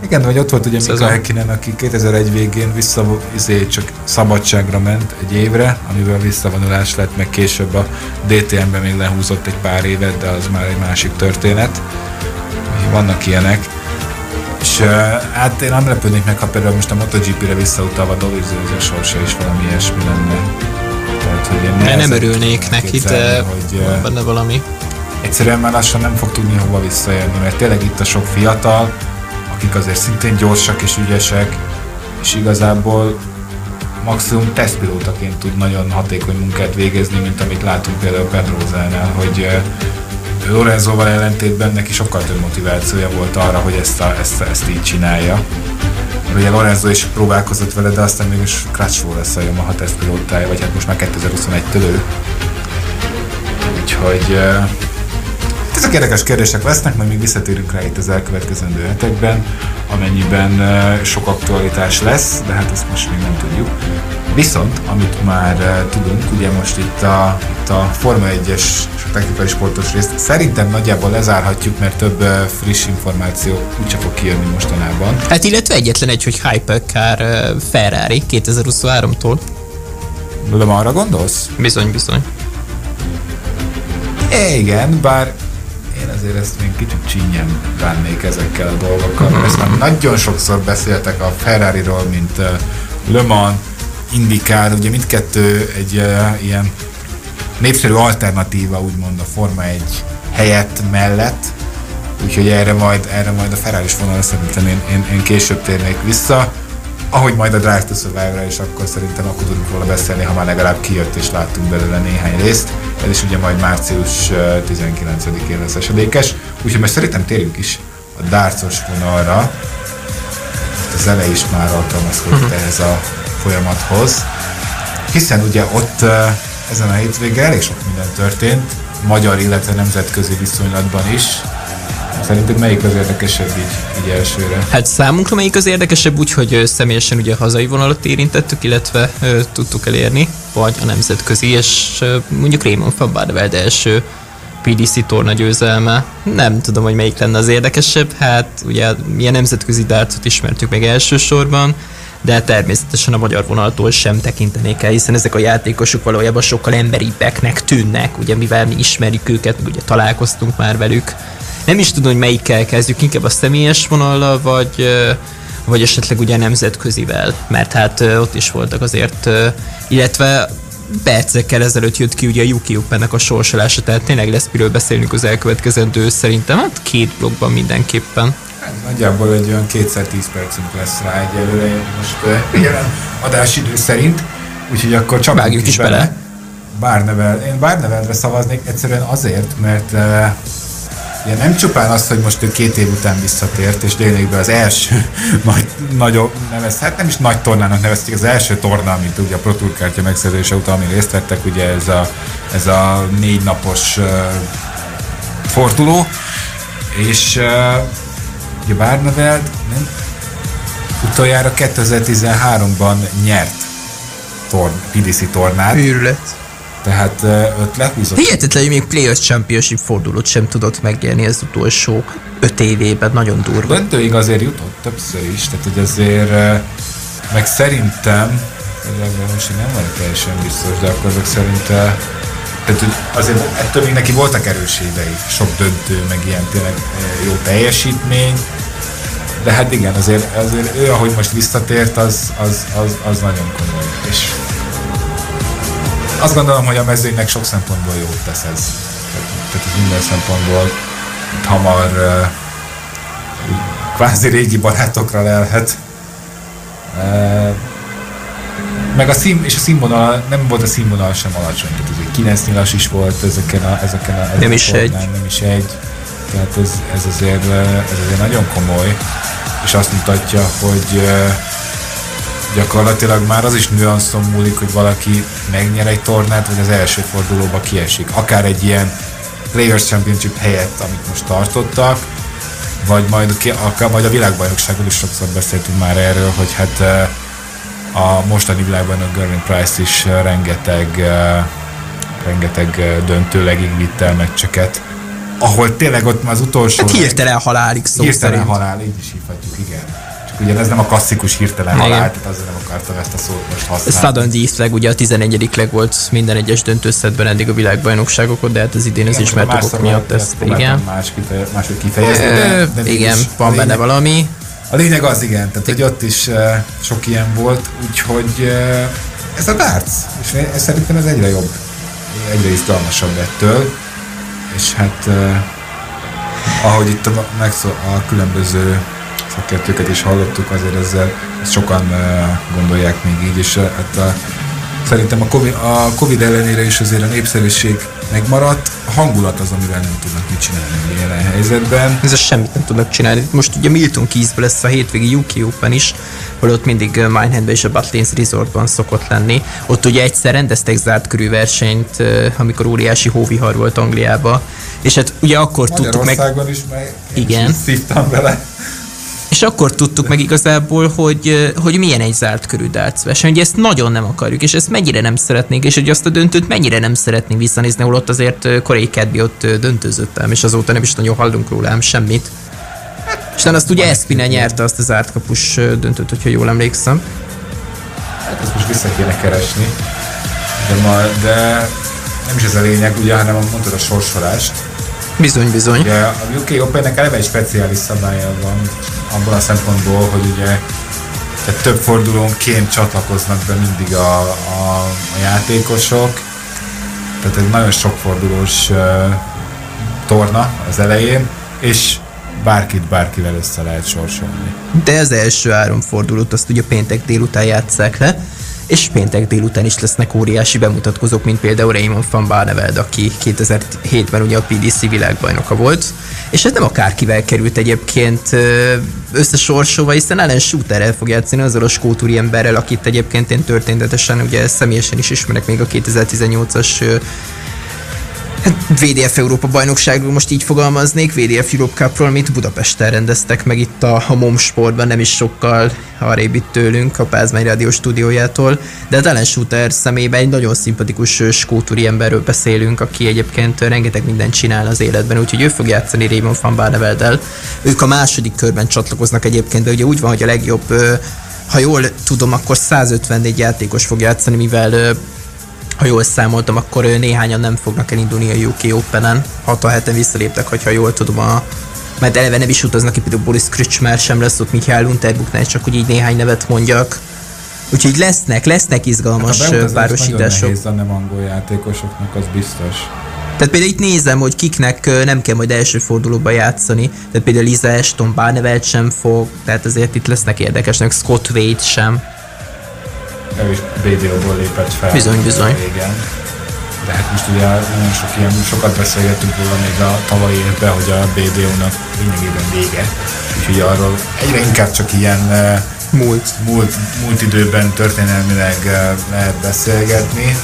Igen, vagy ott volt ugye Mika Szezon. Häkkinen, aki kétezer-egy végén vissza, izé, csak szabadságra ment egy évre, amivel visszavonulás lett, meg később a dé té em-ben még lehúzott egy pár évet, de az már egy másik történet. Úgyhogy vannak ilyenek. És uh, hát én nem lepődnék meg, ha például most a MotoGP-re visszautalva Dovizioso sorsa is valami ilyesmi lenne. Tehát, hogy én Mert nem örülnék neki, de hogy, van benne valami. Egyszerűen már lassan nem fog tudni hova visszajönni, mert tényleg itt a sok fiatal, akik azért szintén gyorsak és ügyesek, és igazából maximum tesztpilótaként tud nagyon hatékony munkát végezni, mint amit látunk például Pedrosánál, hogy uh, Lorenzóval ellentétben neki sokkal több motivációja volt arra, hogy ezt, a, ezt, ezt így csinálja. Ugye Lorenzo is próbálkozott vele, de aztán mégis Crutchlow lesz a Yamaha tesztpilótája, vagy hát most már kétezer-huszonegytől ő. Úgyhogy uh, ezek érdekes kérdések lesznek, majd még visszatérünk rá itt az elkövetkezendő hetekben, amennyiben uh, sok aktualitás lesz, de hát ezt most még nem tudjuk. Viszont, amit már uh, tudunk, ugye most itt a, itt a Forma egyes és a technikai sportos részt szerintem nagyjából lezárhatjuk, mert több uh, friss információ úgyse fog kijönni mostanában. Hát illetve egyetlen egy, hogy Hypercar uh, Ferrari kétezer-huszonháromtól. De arra gondolsz? Bizony, bizony. É, igen, bár én azért ezt még kicsit csínyen bánnék ezekkel a dolgokkal, mert ezt már nagyon sokszor beszéltek a Ferrariról, mint uh, Le Mans, IndyCar, ugye mindkettő egy uh, ilyen népszerű alternatíva, úgymond a Forma egy helyett mellett, úgyhogy erre majd, erre majd a Ferrari-s vonalra szerintem én, én, én később térnék vissza, ahogy majd a Drive to Survive-ra, és akkor szerintem akkor tudunk róla beszélni, ha már legalább kijött és láttunk belőle néhány részt. Ez is ugye majd március tizenkilencedikén lesz esedékes, úgyhogy most szerintem térjünk is a dartsos vonalra. A zene is már alkalmazkodik ehhez a folyamathoz, hiszen ugye ott ezen a hétvégén elég sok minden történt, magyar, illetve nemzetközi viszonylatban is. Szerinted melyik az érdekesebb így, így elsőre? Hát számunkra melyik az érdekesebb, úgyhogy ö, személyesen ugye a hazai vonalat érintettük, illetve ö, tudtuk elérni, vagy a nemzetközi, és ö, mondjuk Raymond van Barneveld első pé dé cé torna győzelme. Nem tudom, hogy melyik lenne az érdekesebb, hát ugye milyen nemzetközi dartot ismertük meg elsősorban, de természetesen a magyar vonaltól sem tekintenék el, hiszen ezek a játékosok valójában sokkal emberibbeknek tűnnek, ugye mivel mi ismerjük őket, ugye találkoztunk már velük. Nem is tudom, hogy melyikkel kezdjük, inkább a személyes vonallal, vagy, vagy esetleg ugye nemzetközivel, mert hát ott is voltak azért, illetve percekkel ezelőtt jött ki ugye a Yuki Opennek a sorsolása, tehát tényleg lesz miről beszélnünk az elkövetkezendő szerintem, hát két blokkban mindenképpen. Hát nagyjából egy olyan kétszer tíz percünk lesz rá egyelőre, most uh, jelen adásidő szerint, úgyhogy akkor csapjunk is bele. bele. Barneveld. Én Barneveldre szavaznék egyszerűen azért, mert uh, ugye nem csupán az, hogy most ő két év után visszatért, és lényegben az első nagy, nagyobb, nevez, hát nem is nagy tornának nevezték, az első torna, amit ugye a Pro Tour kártya megszerzése után, amin részt vettek, ugye ez a, ez a négy napos uh, forduló, és uh, ugye Barneveld nem, utoljára kétezer-tizenháromban nyert torn, pé dé cé tornát. Őrület. Tehát öt lehúzott. Hihetetlen, hogy még Players Championship fordulót sem tudott megnyerni az utolsó öt évében, nagyon durva. Döntőig azért jutott többször is, tehát hogy azért meg szerintem, most én nem vagyok teljesen biztos, de akkor meg szerintem, tehát hogy azért ettől még neki voltak erős évei, sok döntő, meg ilyen tényleg jó teljesítmény, de hát igen, azért, azért ő, ahogy most visszatért, az, az, az, az nagyon komoly. És azt gondolom, hogy a mezőnynek sok szempontból jót tesz ez. Tehát, tehát minden szempontból hamar uh, kvázi régi barátokra lelhet. Uh, meg a szín, és a színvonal, nem volt a színvonal sem alacsony, tehát ez egy kilenc nyilas is volt ezeken a, ezeken a ezeken nem is egy. Nem is egy. Tehát ez, ez, azért, ez azért nagyon komoly, és azt mutatja, hogy uh, gyakorlatilag már az is nüanszon múlik, hogy valaki megnyer egy tornát, vagy az első fordulóba kiesik. Akár egy ilyen Players Championship helyett, amit most tartottak, vagy majd, akár majd a világbajnokságon is sokszor beszéltünk már erről, hogy hát a mostani világbajnok Gerwyn Price is rengeteg, rengeteg döntőlegig vitte el meccseket. ahol tényleg ott már az utolsó... Hát hirtelen halálig szó Hirtelen szerint. halál, így is hívhatjuk, igen. Csak ugye ez nem a klasszikus hirtelen Igen. halál, tehát azért nem akartam ezt a szót most használni. Sudden Death leg, ugye a tizenegyedik leg volt minden egyes döntőszetben eddig a világbajnokságokon, de hát az idén az ismert okok miatt ezt, igen. Más kifeje, máshogy kifejezni, Ö, de, de igen, is, van benne valami. A lényeg az, igen, tehát hogy ott is uh, sok ilyen volt, úgyhogy uh, ez a darts, és én, én szerintem ez egyre jobb, egyre izgalmasabb ettől, és hát uh, ahogy itt a, megszó, a különböző szakértőket is hallottuk, azért ezzel ezt sokan uh, gondolják még így, és uh, hát a, szerintem a COVID, a Covid ellenére is azért a népszerűség megmaradt, a hangulat az, amivel nem tudnak mit csinálni a jelen helyzetben. Ez semmit nem tudnak csinálni. Most ugye Milton Keysben lesz a hétvégi u ká Open is, hol ott mindig Mineheadben és a Butlins Resortban szokott lenni. Ott ugye egyszer rendeztek zárt körű versenyt, amikor óriási hóvihar volt Angliába, és hát ugye akkor tudtuk meg... Magyarországon is, mert én igen. is szívtam vele. És akkor tudtuk meg igazából, hogy, hogy milyen egy zárt körű darts verseny, hogy ezt nagyon nem akarjuk, és ezt mennyire nem szeretnénk, és hogy azt a döntőt mennyire nem szeretnénk visszanézni, ahol ott azért Corey Cadby ott döntözöttem, és azóta nem is nagyon hallunk róla ám semmit. És nem azt ugye Espinel nyerte azt a zárt kapus döntőt, hogyha jól emlékszem. Hát ezt most vissza kéne keresni, de, ma, de nem is ez a lényeg, ugye, hanem mondtad a sorsolást. Bizony, bizony. Ugye a u ká Opennek eleve egy speciális szabálya van, abban a szempontból, hogy ugye tehát több fordulónként csatlakoznak be mindig a, a, a játékosok, tehát egy nagyon sok fordulós uh, torna az elején, és bárkit bárkivel össze lehet sorsolni. De az első három fordulót azt ugye péntek délután játsszák le, és péntek délután is lesznek óriási bemutatkozók, mint például Raymond van Barneveld, aki kétezer-hétben ugye a pé dé cé világbajnoka volt, és ez nem akárkivel került egyébként összesorsolva, hiszen Alan Shooterrel fog játszani, azzal a skót úriemberrel, akit egyébként én történetesen ugye személyesen is ismerek még a kétezer-tizennyolcas vé dé ef Európa bajnokságról, most így fogalmaznék, vé dé ef Europe Cupról, amit Budapesten rendeztek meg itt a, a MOM Sportban, nem is sokkal arrébb itt tőlünk, a Pázmány Rádió stúdiójától, de hát Alan Shooter személyben egy nagyon szimpatikus skót úriemberről beszélünk, aki egyébként rengeteg mindent csinál az életben, úgyhogy ő fog játszani Raymond van Barnevelddel. Ők a második körben csatlakoznak egyébként, de ugye úgy van, hogy a legjobb, ha jól tudom, akkor százötvennégy játékos fog játszani, mivel ha jól számoltam, akkor néhányan nem fognak elindulni a u ká Openen. hat a heten visszaléptek, hogyha jól tudom, a... mert eleve nem is utaznak ki, például Boris Krücsmár sem lesz ott, Michael Unterbuchner, csak hogy így néhány nevet mondjak. Úgyhogy lesznek, lesznek izgalmas hát párosítások. Nagyon nehéz a nem angol játékosoknak, az biztos. Tehát például itt nézem, hogy kiknek nem kell majd első fordulóban játszani. Tehát például Lisa Ashton, Barneveld sem fog, tehát azért itt lesznek érdekesnek, Scott Wade sem. Ő is bé dé ó-ból lépett fel. Bizony, bizony. Régen. De hát most ugye nagyon sok ilyen, sokat beszélgettünk róla még a tavalyi évben, hogy a bé dé ó-nak lényegében vége. Úgyhogy arról egyre inkább csak ilyen múlt, múlt, múlt időben történelmileg lehet beszélgetni.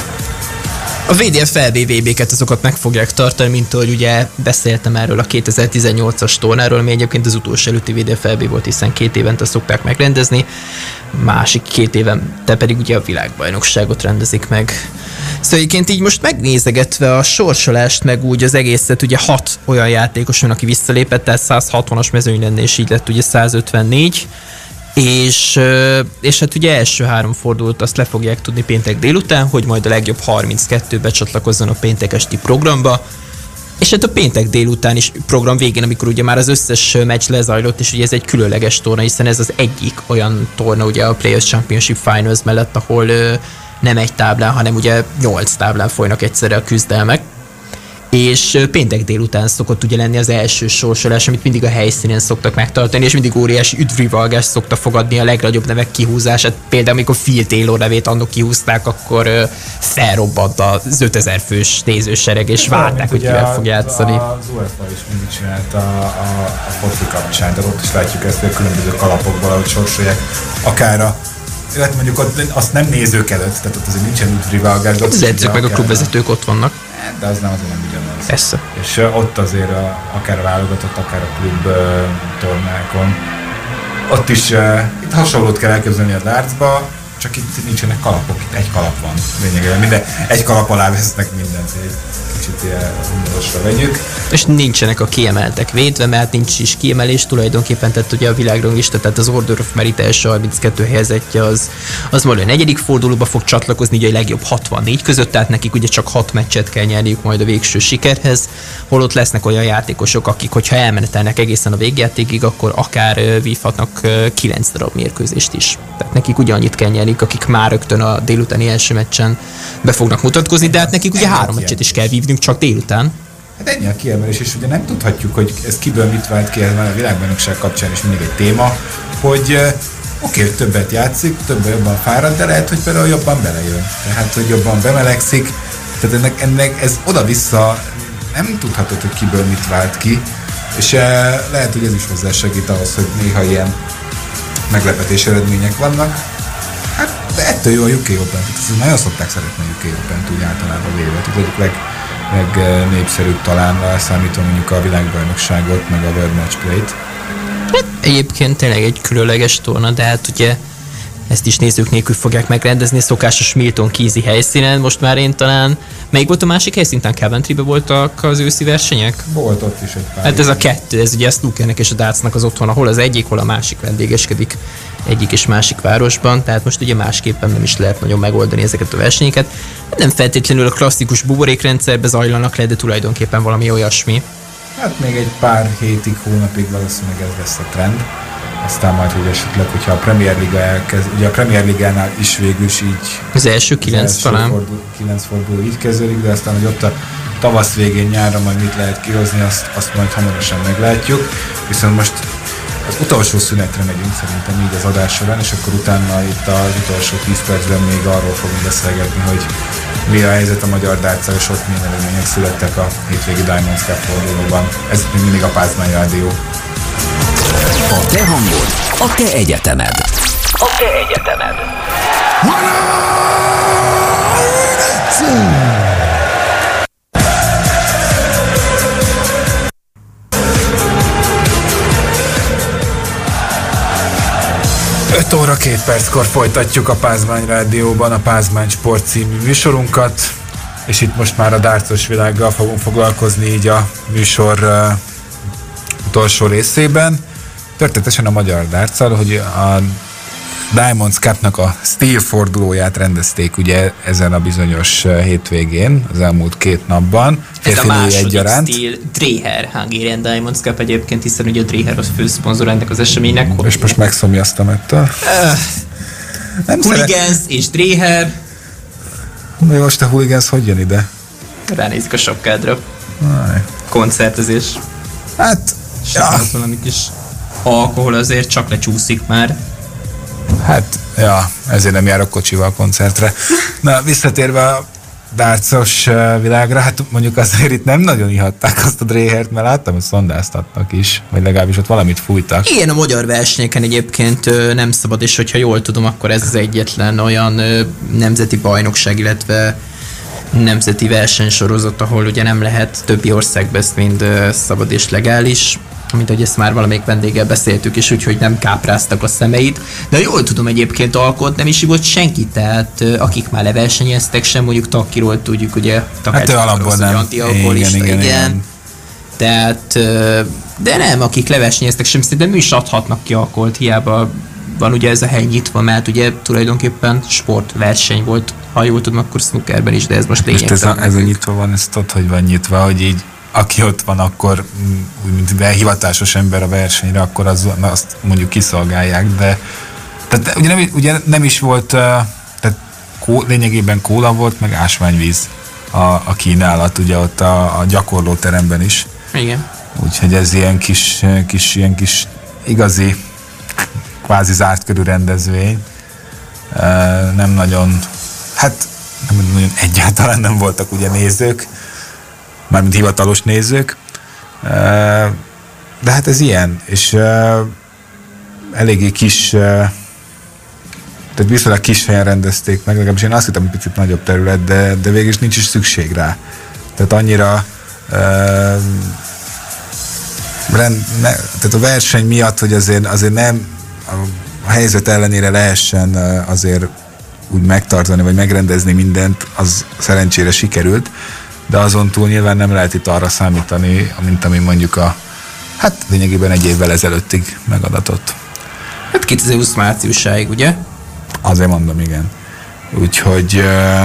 A vé dé ef el bé vé bé-ket azokat meg fogják tartani, mint ahogy ugye beszéltem erről a kétezer-tizennyolcas tornáról, ami egyébként az utolsó előtti vé dé ef el bé volt, hiszen két évente szokták megrendezni, másik két éven, te pedig ugye a világbajnokságot rendezik meg. Szóval egyébként így most megnézegetve a sorsolást, meg úgy az egészet, ugye hat olyan játékos van, aki visszalépett, tehát száz hatvanas mezőny lenne, és így lett ugye száz ötvennégy. És, és hát ugye első három fordulót azt le fogják tudni péntek délután, hogy majd a legjobb harminckettő becsatlakozzon a péntek esti programba, és hát a péntek délután is program végén, amikor ugye már az összes meccs lezajlott, és ugye ez egy különleges torna, hiszen ez az egyik olyan torna ugye a Players Championship Finals mellett, ahol nem egy táblán, hanem ugye nyolc táblán folynak egyszerre a küzdelmek. És péntek délután szokott ugye lenni az első sorsolás, amit mindig a helyszínen szoktak megtartani, és mindig óriási üdvrivalgást szokta fogadni a legnagyobb nevek kihúzását. Például amikor Phil Taylor nevét annak kihúzták, akkor uh, felrobbant az ötezer fős nézősereg, és várták, hogy kivel fog játszani. Az u ef á is mindig csinált a, a, a foci kapcsán, tehát ott is látjuk ezt, hogy a különböző kalapokból, ahogy sorsolják, akár a illetve mondjuk ott, azt nem nézők előtt, tehát ott azért nincsen üdvrivalgás. Az edzők meg a klubvezetők ott vannak. De az nem, azért nem ugyanaz. Persze. És uh, ott azért a, akár a válogatott, akár a klub uh, tornákon. Ott is uh, itt hasonlót kell elképzelni a dartsba, csak itt nincsenek kalapok, itt egy kalap van lényegében, minden, egy kalap alá vesznek mindent, egy kicsit ilyen unalmasra vegyük. És nincsenek a kiemeltek védve, mert nincs is kiemelés tulajdonképpen, tehát ugye a világranglista, tehát az Order of Merit első harminckettő helyezettje az, az majd a negyedik fordulóba fog csatlakozni, ugye a legjobb hatvannégy között, tehát nekik ugye csak hat meccset kell nyerniük majd a végső sikerhez, holott lesznek olyan játékosok, akik, hogyha elmenetelnek egészen a végjátékig, akkor akár vívhatnak kilenc darab mérkőzést is. Tehát nekik ugye annyit kell nyerniük, akik már rögtön a délutáni első meccsen be fognak mutatkozni, de hát nekik ugye három meccset is kell vívnünk csak délután. Hát ennyi a kiemelés, és ugye nem tudhatjuk, hogy ez kiből mit vált ki, ez már a világbajnokság kapcsán is mindig egy téma, hogy oké, hogy többet játszik, többet jobban fárad, de lehet, hogy például jobban belejön. Tehát, hogy jobban bemelegszik, tehát ennek, ennek ez oda-vissza nem tudhatod, hogy kiből mit vált ki, és lehet, hogy ez is hozzásegít ahhoz, hogy néha ilyen meglepetés eredmények vannak. Hát, de ettől jó a u ká Open, tehát nagyon szokták szeretni a u ká Open-t úgy általában véve. Tehát egyik leg, legnépszerűbb talán, számítom mondjuk a világbajnokságot, meg a World Match Play-t. Hát, egyébként tényleg egy különleges torna, de hát ugye ezt is nézők nélkül fogják megrendezni, szokásos Milton Keysi helyszínen. Most már én talán... Melyik volt a másik helyszín? Coventrybe voltak az őszi versenyek? Volt ott is egy pár. Hát ez a kettő, ez ugye a snookernek és a dartsnak az otthona, hol az egyik, hol a másik vendégeskedik egyik és másik városban, tehát most ugye másképpen nem is lehet nagyon megoldani ezeket a versenyeket. Nem feltétlenül a klasszikus buborékrendszerbe zajlanak le, de tulajdonképpen valami olyasmi. Hát még egy pár hétig, hónapig valószínűleg ez lesz a trend. Aztán majd, hogy esetleg, hogyha a Premier Liga elkezd, ugye a Premier Ligánál is végül is így... Az első kilenc talán. Fordul, kilenc forduló így kezdődik, de aztán, hogy ott a tavasz végén, nyárra majd mit lehet kihozni, azt, azt majd hamarosan meglátjuk. Viszont most az utolsó szünetre megyünk szerintem így az adás során, és akkor utána itt az utolsó tíz percben még arról fogunk beszélgetni, hogy mi a helyzet a magyar dárccal, és ott milyen eredmények születtek a hétvégi Diamonds Cup fordulóban. Ez még mindig a Pázmány Rádió. A te hangod, a te egyetemed. A te egyetemed. öt óra két perckor folytatjuk a Pázmány Rádióban a Pázmány Sport című műsorunkat, és itt most már a dárcos világgal fogunk foglalkozni így a műsor uh, utolsó részében. Történetesen a magyar dárccal, hogy a Diamonds Cup-nak a Steel fordulóját rendezték ugye ezen a bizonyos hétvégén, az elmúlt két napban. Ez a második Steel Dreher Hungarian Diamonds Cup egyébként, hiszen ugye a Dreher az főszponzor ennek az eseménynek. És most megszomjaztam ettől. Uh, Hooligans és Dreher. Na jó, most a Hooligans hogy jön ide? Ránézik a sapkádra. Koncertezés. Hát, ja. Valami kis alkohol azért csak lecsúszik már. Hát, ja, ezért nem járok kocsival a koncertre. Na, visszatérve a dárcos világra, hát mondjuk azért itt nem nagyon ihatták azt a Drehert, mert láttam, hogy szondáztatnak is, vagy legalábbis ott valamit fújtak. Igen, a magyar versenyeken egyébként nem szabad, és hogyha jól tudom, akkor ez az egyetlen olyan nemzeti bajnokság, illetve nemzeti versenysorozat, ahol ugye nem lehet többi országban ezt mind szabad és legális, mint hogy ezt már valamelyik vendéggel beszéltük is, úgyhogy nem kápráztak a szemeit. De jól tudom egyébként, alkot nem is volt senki, tehát akik már leversenyeztek sem, mondjuk Takiról tudjuk, ugye hát ő alapból nem. Antialkoholista, igen, igen, igen. Tehát, de nem, akik leversenyeztek sem, szerintem mi is adhatnak ki alkoholt, hiába van ugye ez a hely nyitva, mert ugye tulajdonképpen sportverseny volt, ha jól tudom, akkor snookerben is, de ez most lényegtelen. Most ez a, ez a nyitva van, ez tudod, hogy van nyitva, hogy így aki ott van, akkor úgy, mint hivatásos ember a versenyre, akkor az, azt mondjuk kiszolgálják, de tehát ugye nem, ugye nem is volt, tehát kó, lényegében kóla volt, meg ásványvíz a, a kínálat, ugye ott a, a gyakorlóteremben is. Igen. Úgyhogy ez ilyen kis, kis, ilyen kis igazi, kvázi zárt körű rendezvény. Nem nagyon, hát nem nagyon, egyáltalán nem voltak ugye nézők, mármint hivatalos nézők, de hát ez ilyen, és eléggé kis, tehát viszonylag kis helyen rendezték meg, legalábbis én azt hittem, hogy picit nagyobb terület, de, de végül is nincs is szükség rá. Tehát annyira rend, ne, tehát a verseny miatt, hogy azért, azért nem a helyzet ellenére lehessen azért úgy megtartani, vagy megrendezni mindent, az szerencsére sikerült, de azon túl nyilván nem lehet itt arra számítani, mint ami mondjuk a, hát lényegében egy évvel ezelőttig megadatott. Hát kétezer-húsz márciusáig, ugye? Azért mondom, igen. Úgyhogy uh,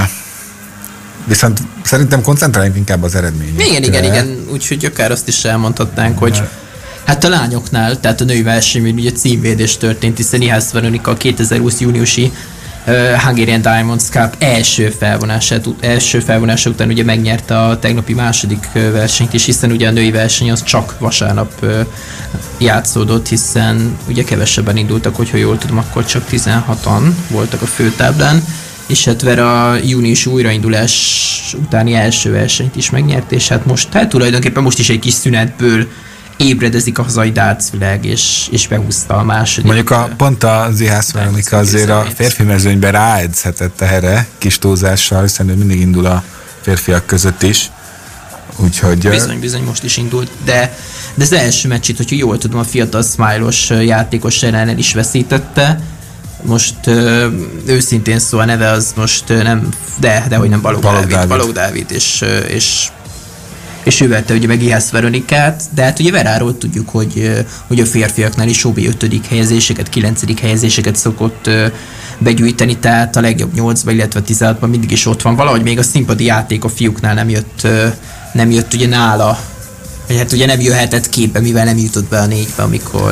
viszont szerintem koncentráljunk inkább az eredményekre. Igen, igen, igen. Úgyhogy akár azt is elmondhatnánk, hogy hát a lányoknál, tehát a női versenyben ugye címvédés történt, hiszen Ihász Veronika a kétezer-húsz júniusi uh, Hungarian Diamonds Cup első felvonását, első felvonása után ugye megnyerte a tegnapi második uh, versenyt is, hiszen ugye a női verseny az csak vasárnap uh, játszódott, hiszen ugye kevesebben indultak, hogyha jól tudom, akkor csak tizenhatan voltak a főtáblán, és hát Vera a június újraindulás utáni első versenyt is megnyert, és hát most, hát tulajdonképpen most is egy kis szünetből ébredezik a hazai dárcvilág, és, és behúzta a második. Mondjuk a, pont az Ihász Veronika azért a férfi mezőnyben ráedzhetett erre kis túlzással, hiszen ő mindig indul a férfiak között is. Úgyhogy... Bizony, bizony, most is indult, de, de az első meccsit, hogyha jól tudom, a fiatal Smile-os játékos ellen el is veszítette. Most ö, őszintén szó a neve az most ö, nem, de, de hogy nem Balogh Dávid, Balogh Dávid, és, ö, és és ő vette ugye meg Ihász Veronikát, de hát ugye Veráról tudjuk, hogy, hogy a férfiaknál is Obi ötödik helyezéseket, kilencedik helyezéseket szokott begyűjteni, tehát a legjobb nyolcban, illetve tizenhatban mindig is ott van. Valahogy még a színpadi játék a fiúknál nem jött, nem jött ugye nála, vagy hát ugye nem jöhetett képbe, mivel nem jutott be a négybe, amikor...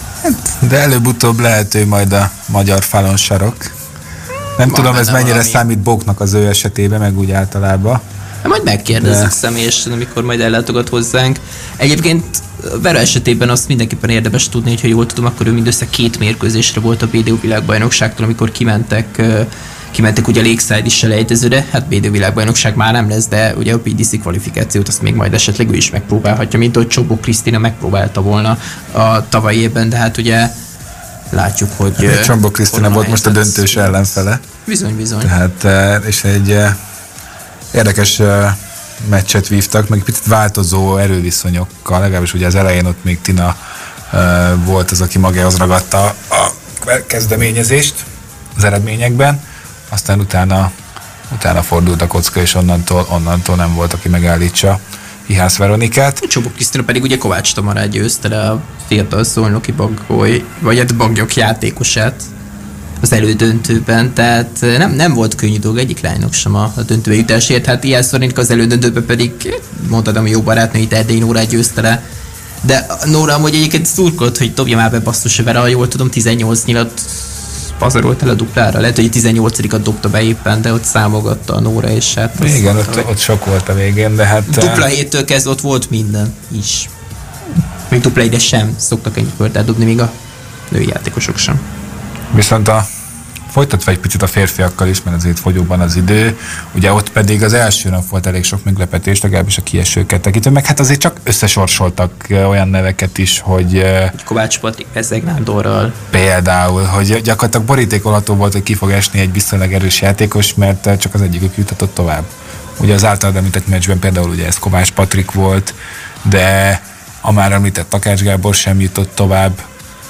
De előbb-utóbb lehet ő majd a magyar falon sarok. Nem Ma tudom, ez mennyire valami... számít Bóknak az ő esetében, meg úgy általában. Majd megkérdezzük de... személyesen, amikor majd ellátogat hozzánk. Egyébként Vera esetében azt mindenképpen érdemes tudni, hogy ha jól tudom, akkor ő mindössze két mérkőzésre volt a bé dé o világbajnokságtól, amikor kimentek, kimentek ugye a Lakeside is selejtezőre. Hát bé dé o világbajnokság már nem lesz, de ugye a pé dé cé kvalifikációt azt még majd esetleg ő is megpróbálhatja, mint ahogy Csobó Krisztina megpróbálta volna a tavalyi évben, de hát ugye látjuk, hogy... Hát, Csobó Krisztina volt most a döntős ellenfele. Bizony, bizony. Tehát, és egy érdekes uh, meccset vívtak, meg picit változó erőviszonyokkal, legalábbis ugye az elején ott még Tina uh, volt az, aki magához ragadta a kezdeményezést az eredményekben, aztán utána, utána fordult a kocka, és onnantól, onnantól nem volt, aki megállítsa Ihász Veronikát. Csobó Krisztina pedig ugye Kovács Tamarát győzte le a fiatal szolnoki baggoly, vagy hát baggyok játékosát az elődöntőben, tehát nem, nem volt könnyű dolog egyik lánynak sem a, a döntőbe jutásért, hát Ihász Veronika az elődöntőben pedig mondtad, hogy jó barátnőit Erdélyi Nórát győzte le, de Nóra amúgy egyébként szurkolt, hogy dobja már be basszus Vera, jól tudom, tizennyolc nyilat pazarolt el a duplára, lehet, hogy tizennyolcadikat dobta be éppen, de ott számogatta a Nóra, és hát... Igen, mondta, ott, ott sok volt a végén, de hát... Dupla héttől kezdve ott volt minden is. Még dupla ide sem szoktak ennyi földát dobni, még a női játékosok sem. Viszont a, folytatva egy picit a férfiakkal is, mert azért fogyóban az idő, ugye ott pedig az első nap volt elég sok meglepetés, legalábbis a kiesőket tekintve, meg hát azért csak összesorsoltak olyan neveket is, hogy... Kovács Patrik Bezeg Nándorral. Például, hogy gyakorlatilag borítékolható volt, hogy ki fog esni egy viszonylag erős játékos, mert csak az egyikük jutatott tovább. Ugye az általában említett meccsben például ugye ez Kovács Patrik volt, de a már említett Takács Gábor sem jutott tovább.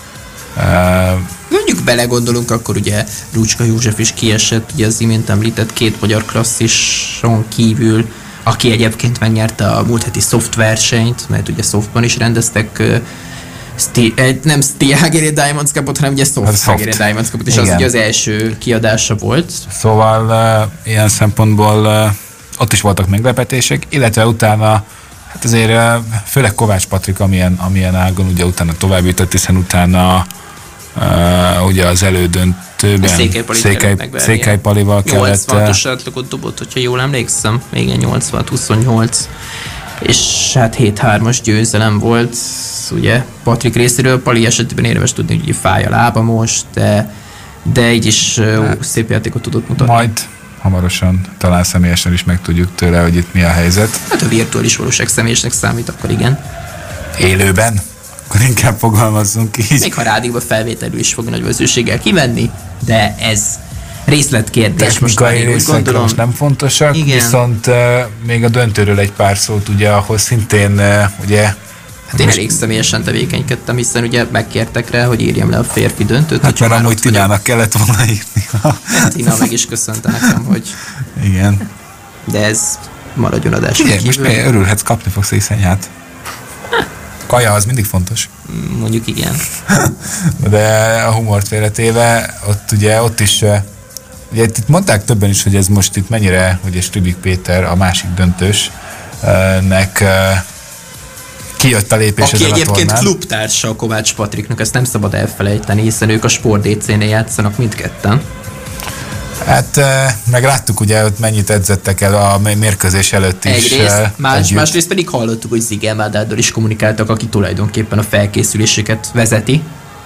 Uh, Mondjuk belegondolunk, akkor ugye Rúcska József is kiesett, ugye az imént említett két magyar klasszison kívül, aki egyébként megnyerte a múlt heti soft versenyt, mert ugye softban is rendeztek uh, sti- nem Steel Hungarian Diamonds Cupot, hanem ugye soft, soft. Hungarian Diamonds Cupot, és igen. Az ugye az első kiadása volt. Szóval uh, ilyen szempontból uh, ott is voltak meglepetések, illetve utána hát azért uh, főleg Kovács Patrik, amilyen, amilyen ágon ugye utána tovább jutott, hiszen utána Uh, ugye az elődöntőben Székely Pali Székely, Székely Palival kellett... nyolcvanas átlagot dobott, hogyha jól emlékszem. Igen, nyolcvan huszonnyolc. És hát hét hármas győzelem volt, ugye Patrik részéről. Pali esetében érdemes tudni, hogy fáj a lába most, de, de így is uh, szép játékot tudott mutatni. Majd hamarosan talán személyesen is megtudjuk tőle, hogy itt mi a helyzet. Hát a virtuális valóság személyesnek számít, akkor igen. Élőben? Akkor inkább fogalmazzunk így. Még ha rádióban felvételül is fog nagy valószínűséggel kivenni, de ez részletkérdés. Technikai részek most nem fontosak, igen. Viszont uh, még a döntőről egy pár szót, ugye, ahhoz szintén uh, ugye Hát én elég személyesen tevékenykedtem, hiszen ugye megkértek rá, hogy írjam le a férfi döntőt. Hát mert amúgy Tinának kellett volna írni. Tina meg is köszönte nekem, hogy... Igen. De ez maradjon adáson kívül. Most miért örülhetsz, kapni fogsz iszonyát. Kaja az mindig fontos. Mondjuk igen. De a humort félretéve, ott ugye, ott is, ugye itt mondták többen is, hogy ez most itt mennyire, ugye Stribik Péter, a másik döntősnek kijött a lépés aki ezen a egyébként tornán. klubtársa a Kovács Patriknak, ezt nem szabad elfelejteni, hiszen ők a Sport dé cé-nél játszanak mindketten. Hát meg láttuk ugye, hogy mennyit edzettek el a mérkőzés előtt is. Egyrészt, más, másrészt pedig hallottuk, hogy Zigel Mádárdal is kommunikáltak, aki tulajdonképpen a felkészüléseket vezeti.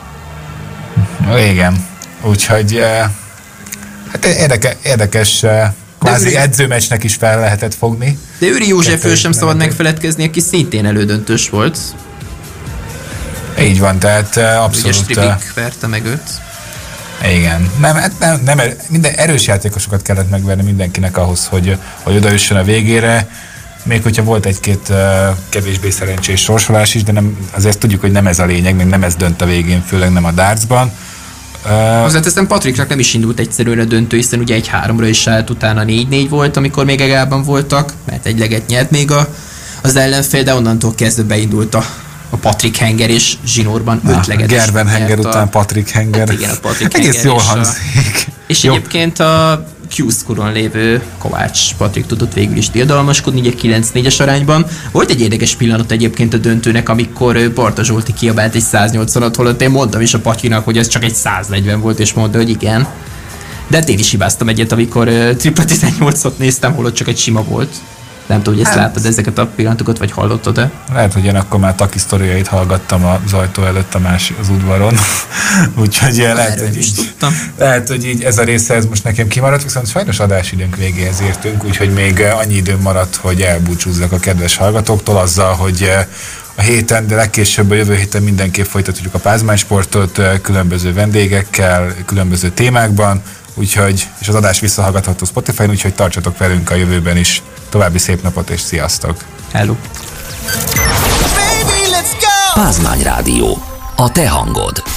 Igen, úgyhogy hát érdeke, érdekes, kvázi edzőmeccsnek is fel lehetett fogni. De Őri Józsefről sem szabad megfeledkezni, aki szintén elődöntős volt. Így van, tehát abszolút... Ugye Stribik verte meg őt. Igen. Nem, nem, nem, minden erős játékosokat kellett megverni mindenkinek ahhoz, hogy, hogy odaüssön a végére. Még hogyha volt egy-két uh, kevésbé szerencsés sorsolás is, de nem, azért tudjuk, hogy nem ez a lényeg, még nem ez dönt a végén, főleg nem a dartsban. Uh, Hozzáteszem, Patriknak nem is indult egyszerűen a döntő, hiszen ugye egy háromra is állt, utána négy-négy volt, amikor még egálban voltak, mert egy leget nyert még a, az ellenfél, de onnantól kezdve beindult a a Patrik Henger és zsinórban ötleget. Gerben Henger a... után Patrik Henger. Hát igen, a Patrik Egész Henger jól és hangzik. A... És Jó. egyébként a Q-Scoron lévő Kovács Patrik tudott végül is diadalmaskodni, ugye kilenc négyes arányban. Volt egy érdekes pillanat egyébként a döntőnek, amikor Barta Zsolti kiabált egy száznyolcvanat, holott én mondtam is a Patyinak, hogy ez csak egy száznegyven volt, és mondta, hogy igen. De hát én is hibáztam egyet, amikor uh, tripla tizennyolcot néztem, holott csak egy sima volt. Nem tudom, hogy ezt hát, láttad ezeket a pillanatokat, vagy hallottad-e? Lehet, hogy én akkor már Taki sztoriait hallgattam az ajtó előtt a más az udvaron. Úgyhogy lehet, hogy így, lehet, hogy így ez a része ez most nekem kimaradt, viszont sajnos adásidőnk végéhez értünk, úgyhogy még annyi időm maradt, hogy elbúcsúzzak a kedves hallgatóktól azzal, hogy a héten, de legkésőbb a jövő héten mindenképp folytatjuk a Pázmány Sportot különböző vendégekkel, különböző témákban, úgyhogy, és az adás visszahallgatható Spotify-n, úgyhogy tartsatok velünk a jövőben is. További szép napot és sziasztok! Hello! Pázmány Rádió. A te hangod.